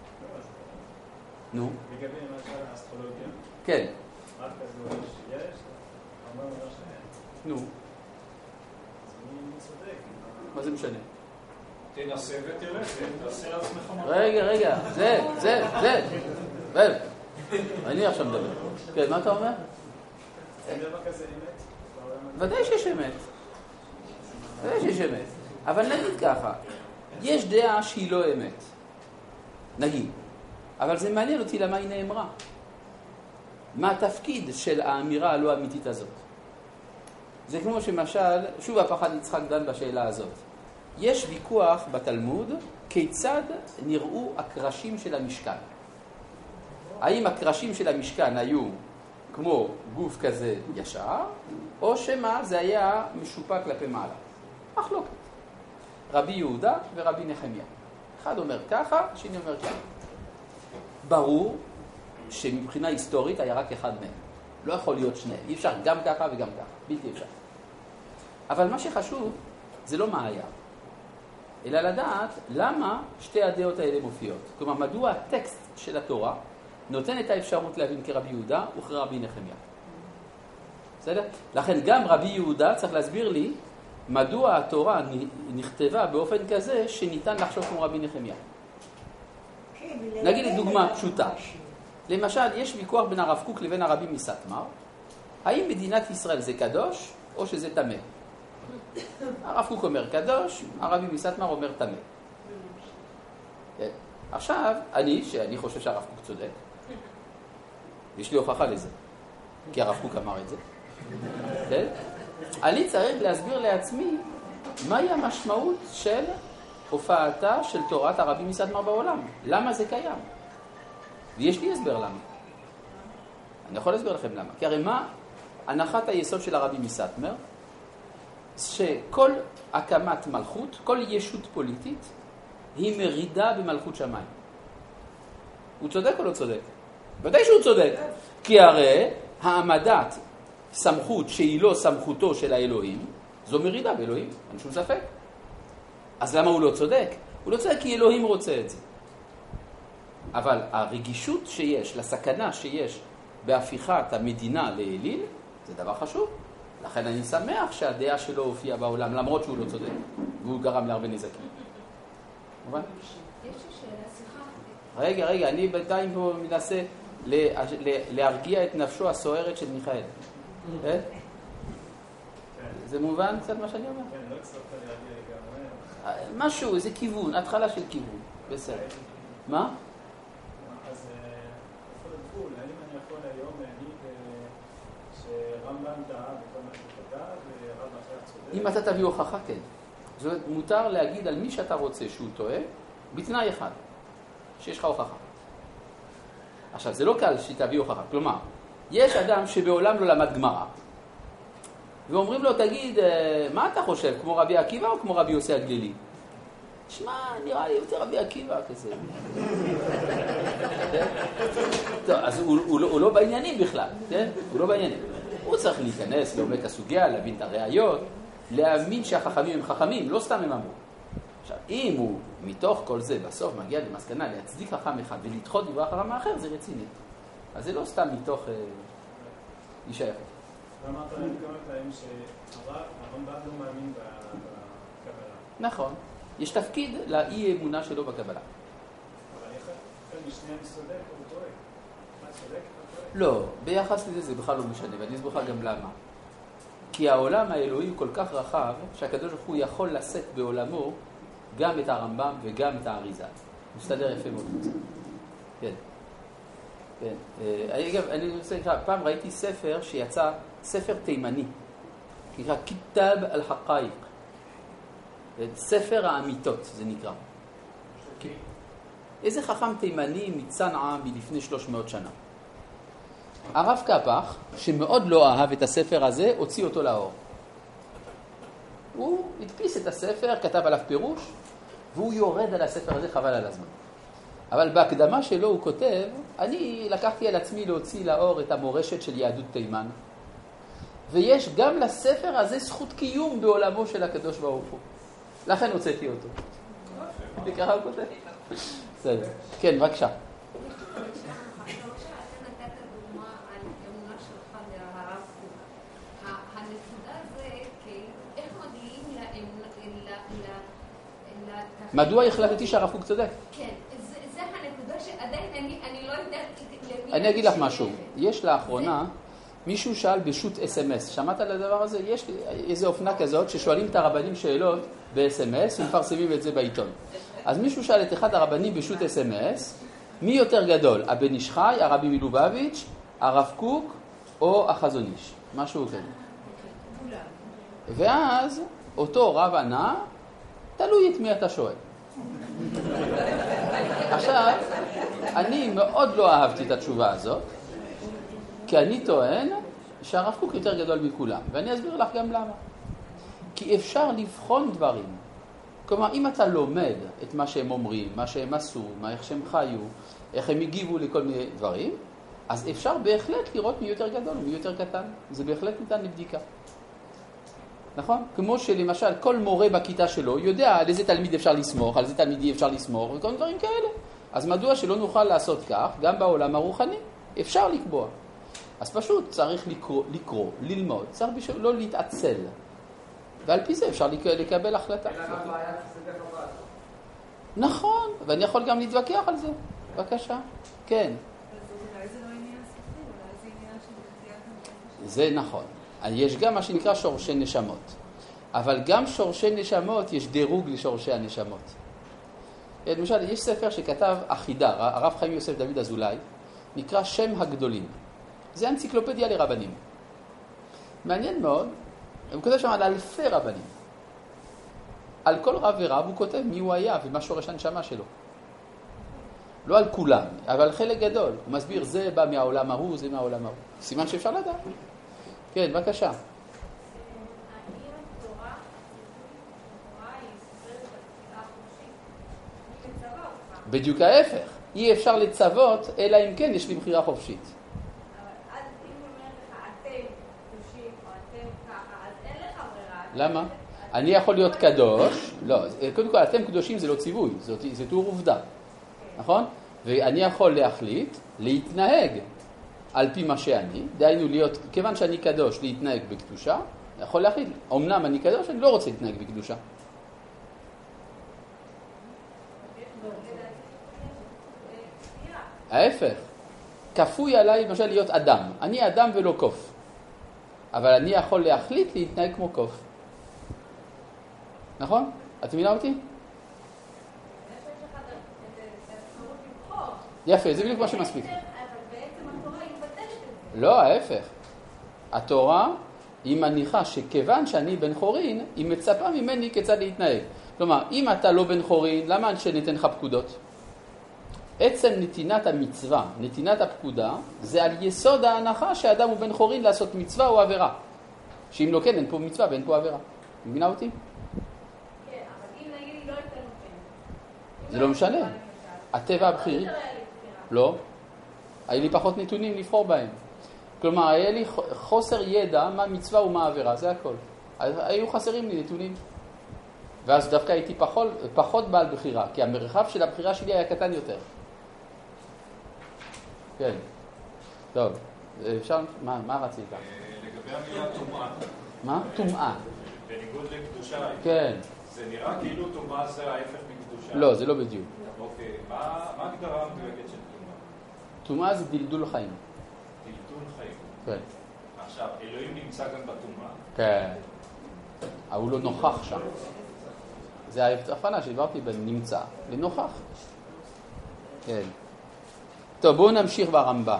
נו? לגבי למשל האסטרולוגיה. כן. רק כזו יש, יש, אומר אומר שאין. נו. אז מי צודק? מה זה משנה? תנסה ותראה, תעשה לעצמך מה. רגע, רגע, זה, זה, זה. בל. אני עכשיו מדבר. כן, מה אתה אומר? אין דבר כזה אמת? ודאי שיש אמת. ודאי שיש אמת. אבל נגיד ככה, יש דעה שהיא לא אמת. נגיד. אבל זה מעניין אותי למה היא נאמרה. מה התפקיד של האמירה הלא אמיתית הזאת? זה כמו שמשל, שוב הפחד יצחק דן בשאלה הזאת. יש ויכוח בתלמוד כיצד נראו הקרשים של המשכן. האם הקרשים של המשכן היו כמו גוף כזה ישר, או שמה זה היה משופע כלפי מעלה. מחלוקת. רבי יהודה ורבי נחמיה. אחד אומר ככה, שני אומר ככה. ברור שמבחינה היסטורית היה רק אחד מהם. לא יכול להיות שני. אי אפשר גם ככה וגם ככה. בלתי אפשר. אבל מה שחשוב זה לא מה היה, אלא לדעת למה שתי הדעות האלה מופיעות. כלומר, מדוע הטקסט של התורה נותן את האפשרות להבין כרבי יהודה וכרבי נחמיה. בסדר? לכן גם רבי יהודה צריך להסביר לי מדוע התורה נכתבה באופן כזה שניתן לחשוב כמו רבי נחמיה. נגיד דוגמה פשוטה. למשל, יש ויכוח בין הרב קוק לבין הרבי מסתמר. האם מדינת ישראל זה קדוש או שזה טמא? הרב קוק אומר קדוש, הרבי מסתמר אומר טמא. עכשיו, אני, שאני חושב שהרב קוק צודק, יש לי הוכחה לזה, כי הרב קוק אמר את זה. כן? אני צריך להסביר לעצמי מהי המשמעות של הופעתה של תורת הרבי מסדמר בעולם. למה זה קיים? ויש לי הסבר למה. אני יכול להסביר לכם למה. כי הרי מה הנחת היסוד של הרבי מסדמר? שכל הקמת מלכות, כל ישות פוליטית, היא מרידה במלכות שמיים. הוא צודק או לא צודק? ודאי שהוא צודק. כי הרי העמדת סמכות שהיא לא סמכותו של האלוהים, זו מרידה באלוהים, אין שום ספק. אז למה הוא לא צודק? הוא לא צודק כי אלוהים רוצה את זה. אבל הרגישות שיש, לסכנה שיש בהפיכת המדינה לאליל, זה דבר חשוב. לכן אני שמח שהדעה שלו הופיעה בעולם, למרות שהוא לא צודק, והוא גרם להרבה נזקים. מובן? יש לי שאלה, סליחה. רגע, רגע, אני בינתיים פה מנסה להרגיע את נפשו הסוערת של מיכאל. זה מובן קצת מה שאני אומר? כן, לא הצלחת להרגיע לגמרי. משהו, איזה כיוון, התחלה של כיוון. בסדר. מה? אז איפה לגבול? האם אני יכול היום להגיד שרמב"ם טעה בכל מה שהוא כתב ורב אחר צודק? אם אתה תביא הוכחה, כן. זאת אומרת, מותר להגיד על מי שאתה רוצה שהוא טועה, בתנאי אחד, שיש לך הוכחה. עכשיו, זה לא קל שתביא הוכחה. כלומר, יש אדם שבעולם לא למד גמרא, ואומרים לו, תגיד, מה אתה חושב, כמו רבי עקיבא או כמו רבי יוסי הגלילי? שמע, נראה לי יותר רבי עקיבא כזה. טוב, אז הוא, הוא, הוא לא בעניינים בכלל, כן? הוא לא בעניינים. הוא צריך להיכנס לעומק הסוגיה, להבין את הראיות, להאמין שהחכמים הם חכמים, לא סתם הם אמרו. עכשיו, אם הוא מתוך כל זה בסוף מגיע למסקנה להצדיק חכם אחד ולדחות דברי חכם האחר, זה רציני. אז זה לא סתם מתוך אה, איש היחד. ואמרת להם כמה פעמים שהרמב"ם לא מאמין בקבלה. נכון. יש תפקיד לאי אמונה שלו בקבלה. אבל איך משני אני צודק או טועה? מה צודק או טועה? לא, ביחס לזה זה בכלל לא משנה, ואני אסביר לך גם למה. כי העולם האלוהי הוא כל כך רחב, שהקדוש ברוך הוא יכול לשאת בעולמו גם את הרמב"ם וגם את האריזה. הוא מסתדר יפה מאוד. כן. כן. אגב, אני רוצה לקרוא, פעם ראיתי ספר שיצא, ספר תימני, נקרא כיתב אל-חקאיק. ספר האמיתות, זה נקרא. איזה חכם תימני מצנעה מלפני שלוש מאות שנה. הרב קפח, שמאוד לא אהב את הספר הזה, הוציא אותו לאור. הוא הדפיס את הספר, כתב עליו פירוש, והוא יורד על הספר הזה חבל על הזמן. אבל בהקדמה שלו הוא כותב, אני לקחתי על עצמי להוציא לאור את המורשת של יהדות תימן, ויש גם לספר הזה זכות קיום בעולמו של הקדוש ברוך הוא. לכן הוצאתי אותו. וככה הוא כותב. בסדר. כן, בבקשה. מדוע החלטתי שהרב קוק צודק? כן, זה הנקודה שעדיין אני לא יודעת למי... אני אגיד לך משהו. יש לאחרונה, מישהו שאל בשו"ת אס אם אס. שמעת על הדבר הזה? יש איזו אופנה כזאת ששואלים את הרבנים שאלות ב-אס אם אס ומפרסמים את זה בעיתון. אז מישהו שאל את אחד הרבנים בשו"ת אס אם אס, מי יותר גדול? הבן איש חי, הרבי מלובביץ', הרב קוק או החזון איש? משהו כזה. ואז אותו רב ענה, תלוי את מי אתה שואל. עכשיו, אני מאוד לא אהבתי את התשובה הזאת, כי אני טוען שהרב קוק יותר גדול מכולם, ואני אסביר לך גם למה. כי אפשר לבחון דברים. כלומר, אם אתה לומד את מה שהם אומרים, מה שהם עשו, מה איך שהם חיו, איך הם הגיבו לכל מיני דברים, אז אפשר בהחלט לראות מי יותר גדול ומי יותר קטן. זה בהחלט ניתן לבדיקה. נכון? כמו שלמשל כל מורה בכיתה שלו יודע על איזה תלמיד אפשר לסמוך, על איזה תלמידי אפשר לסמוך וכל מיני דברים כאלה. אז מדוע שלא נוכל לעשות כך גם בעולם הרוחני? אפשר לקבוע. אז פשוט צריך לקרוא, לקרוא ללמוד, צריך בשביל לא להתעצל. ועל פי זה אפשר לקבל החלטה. נכון, ואני יכול גם להתווכח על זה. בבקשה. כן. זה נכון. יש גם מה שנקרא שורשי נשמות. אבל גם שורשי נשמות, יש דירוג לשורשי הנשמות. למשל, יש ספר שכתב אחידה, הרב חיים יוסף דוד אזולאי, נקרא שם הגדולים. זה אנציקלופדיה לרבנים. מעניין מאוד, הוא כותב שם על אלפי רבנים. על כל רב ורב הוא כותב מי הוא היה ומה שורש הנשמה שלו. לא על כולם, אבל חלק גדול. הוא מסביר, זה בא מהעולם ההוא, זה מהעולם ההוא. סימן שאפשר לדעת. כן, בבקשה. בדיוק ההפך. אי אפשר לצוות, אלא אם כן יש לי בחירה חופשית. אבל אז אם הוא אומר לך, אתם קדושים או אתם ככה, אז אין לך ברירה. למה? אני יכול להיות קדוש, לא, קודם כל, אתם קדושים זה לא ציווי, זה תיאור עובדה, נכון? ואני יכול להחליט, להתנהג על פי מה שאני, דהיינו להיות, כיוון שאני קדוש, להתנהג בקדושה, אני יכול להחליט, אמנם אני קדוש, אני לא רוצה להתנהג בקדושה. ההפך, כפוי עליי למשל להיות אדם, אני אדם ולא קוף, אבל אני יכול להחליט להתנהג כמו קוף. נכון? את מבינה אותי? יפה, זה בדיוק מה שמספיק. אבל בעצם התורה היא מבטלת את זה. לא, ההפך. התורה היא מניחה שכיוון שאני בן חורין, היא מצפה ממני כיצד להתנהג. כלומר, אם אתה לא בן חורין, למה שניתן לך פקודות? עצם נתינת המצווה, נתינת הפקודה, זה על יסוד ההנחה שהאדם הוא בן חורין לעשות מצווה או עבירה. שאם לא כן, אין פה מצווה ואין פה עבירה. מבינה אותי? זה לא משנה. הטבע הבחירי. לא. היה לי פחות נתונים לבחור בהם. כלומר, היה לי חוסר ידע מה מצווה ומה עבירה, זה הכל. היו חסרים לי נתונים. ואז דווקא הייתי פחות, פחות בעל בחירה, כי המרחב של הבחירה שלי היה קטן יותר. כן. טוב. אפשר, מה, מה רצית? לגבי המילה טומאה. מה? טומאה. בניגוד לקדושה. כן. זה נראה כאילו טומאה זה ההפך מקדושה. לא, זה לא בדיוק. אוקיי, מה ההגדרה המדויקת של טומאה? טומאה זה דלדול חיים. דלדול חיים. כן. עכשיו, אלוהים נמצא גם בטומאה. כן. אבל הוא לא נוכח שם. זה ההבחנה שדיברתי בין נמצא לנוכח. כן. טוב, בואו נמשיך ברמב"ם.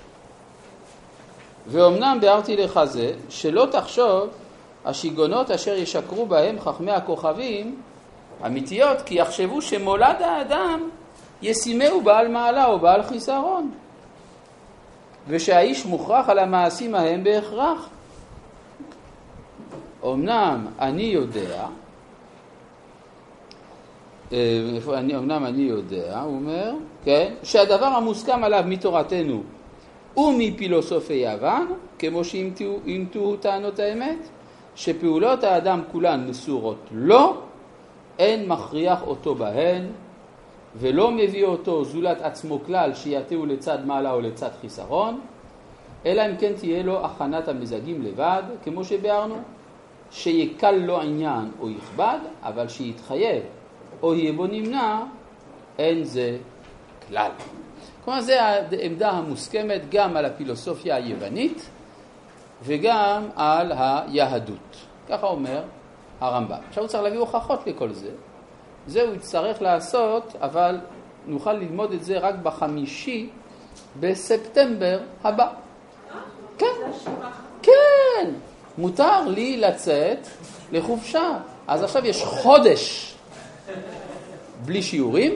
ואומנם ביארתי לך זה, שלא תחשוב השיגונות אשר ישקרו בהם חכמי הכוכבים אמיתיות, כי יחשבו שמולד האדם ישימהו בעל מעלה או בעל חיסרון, ושהאיש מוכרח על המעשים ההם בהכרח. אמנם אני יודע, אמנם אני יודע, הוא אומר, כן, שהדבר המוסכם עליו מתורתנו ומפילוסופי יוון, כמו שאימתו טענות האמת, שפעולות האדם כולן מסורות לו, אין מכריח אותו בהן, ולא מביא אותו זולת עצמו כלל שיתאו לצד מעלה או לצד חיסרון, אלא אם כן תהיה לו הכנת המזגים לבד, כמו שביארנו, שיקל לו עניין או יכבד, אבל שיתחייב או יהיה בו נמנע, אין זה כלל. כלומר, זו העמדה המוסכמת גם על הפילוסופיה היוונית וגם על היהדות. ככה אומר הרמב"ם. עכשיו הוא צריך להביא הוכחות לכל זה. זה הוא יצטרך לעשות, אבל נוכל ללמוד את זה רק בחמישי בספטמבר הבא. כן, כן. מותר לי לצאת לחופשה. אז עכשיו יש חודש בלי שיעורים.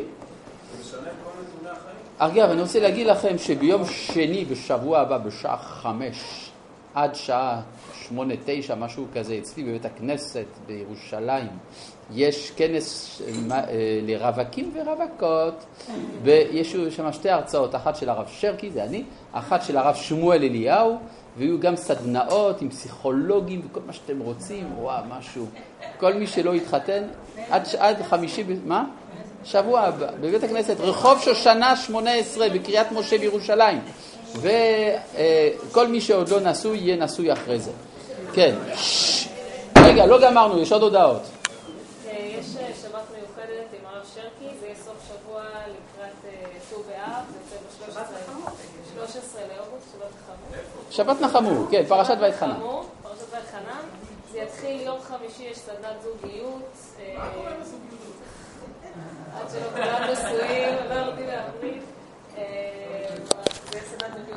אגב, אני רוצה להגיד לכם שביום שני בשבוע הבא בשעה חמש עד שעה שמונה תשע, משהו כזה, אצלי בבית הכנסת בירושלים, יש כנס לרווקים ורווקות, ויש שם שתי הרצאות, אחת של הרב שרקי, זה אני, אחת של הרב שמואל אליהו, ויהיו גם סדנאות עם פסיכולוגים וכל מה שאתם רוצים, וואו, משהו. כל מי שלא יתחתן, עד, עד חמישי, מה? שבוע הבא, בבית הכנסת, רחוב שושנה שמונה עשרה בקריית משה בירושלים. וכל מי שעוד לא נשוי, יהיה נשוי אחרי זה. כן. רגע, לא גמרנו, יש עוד הודעות. יש שבת מיוחדת עם הרב שרקי, זה יהיה סוף שבוע לקראת ט"ו באב, זה יוצא ב-שלוש עשרה לאוגוסט, שבת נחמו. שבת נחמו, כן, פרשת ואתחנן. פרשת ואתחנן. זה יתחיל יום חמישי, יש סדנת זוגיות. עד שלא כולם נשואים, לא יורדים להברית. זה סדנת זוגיות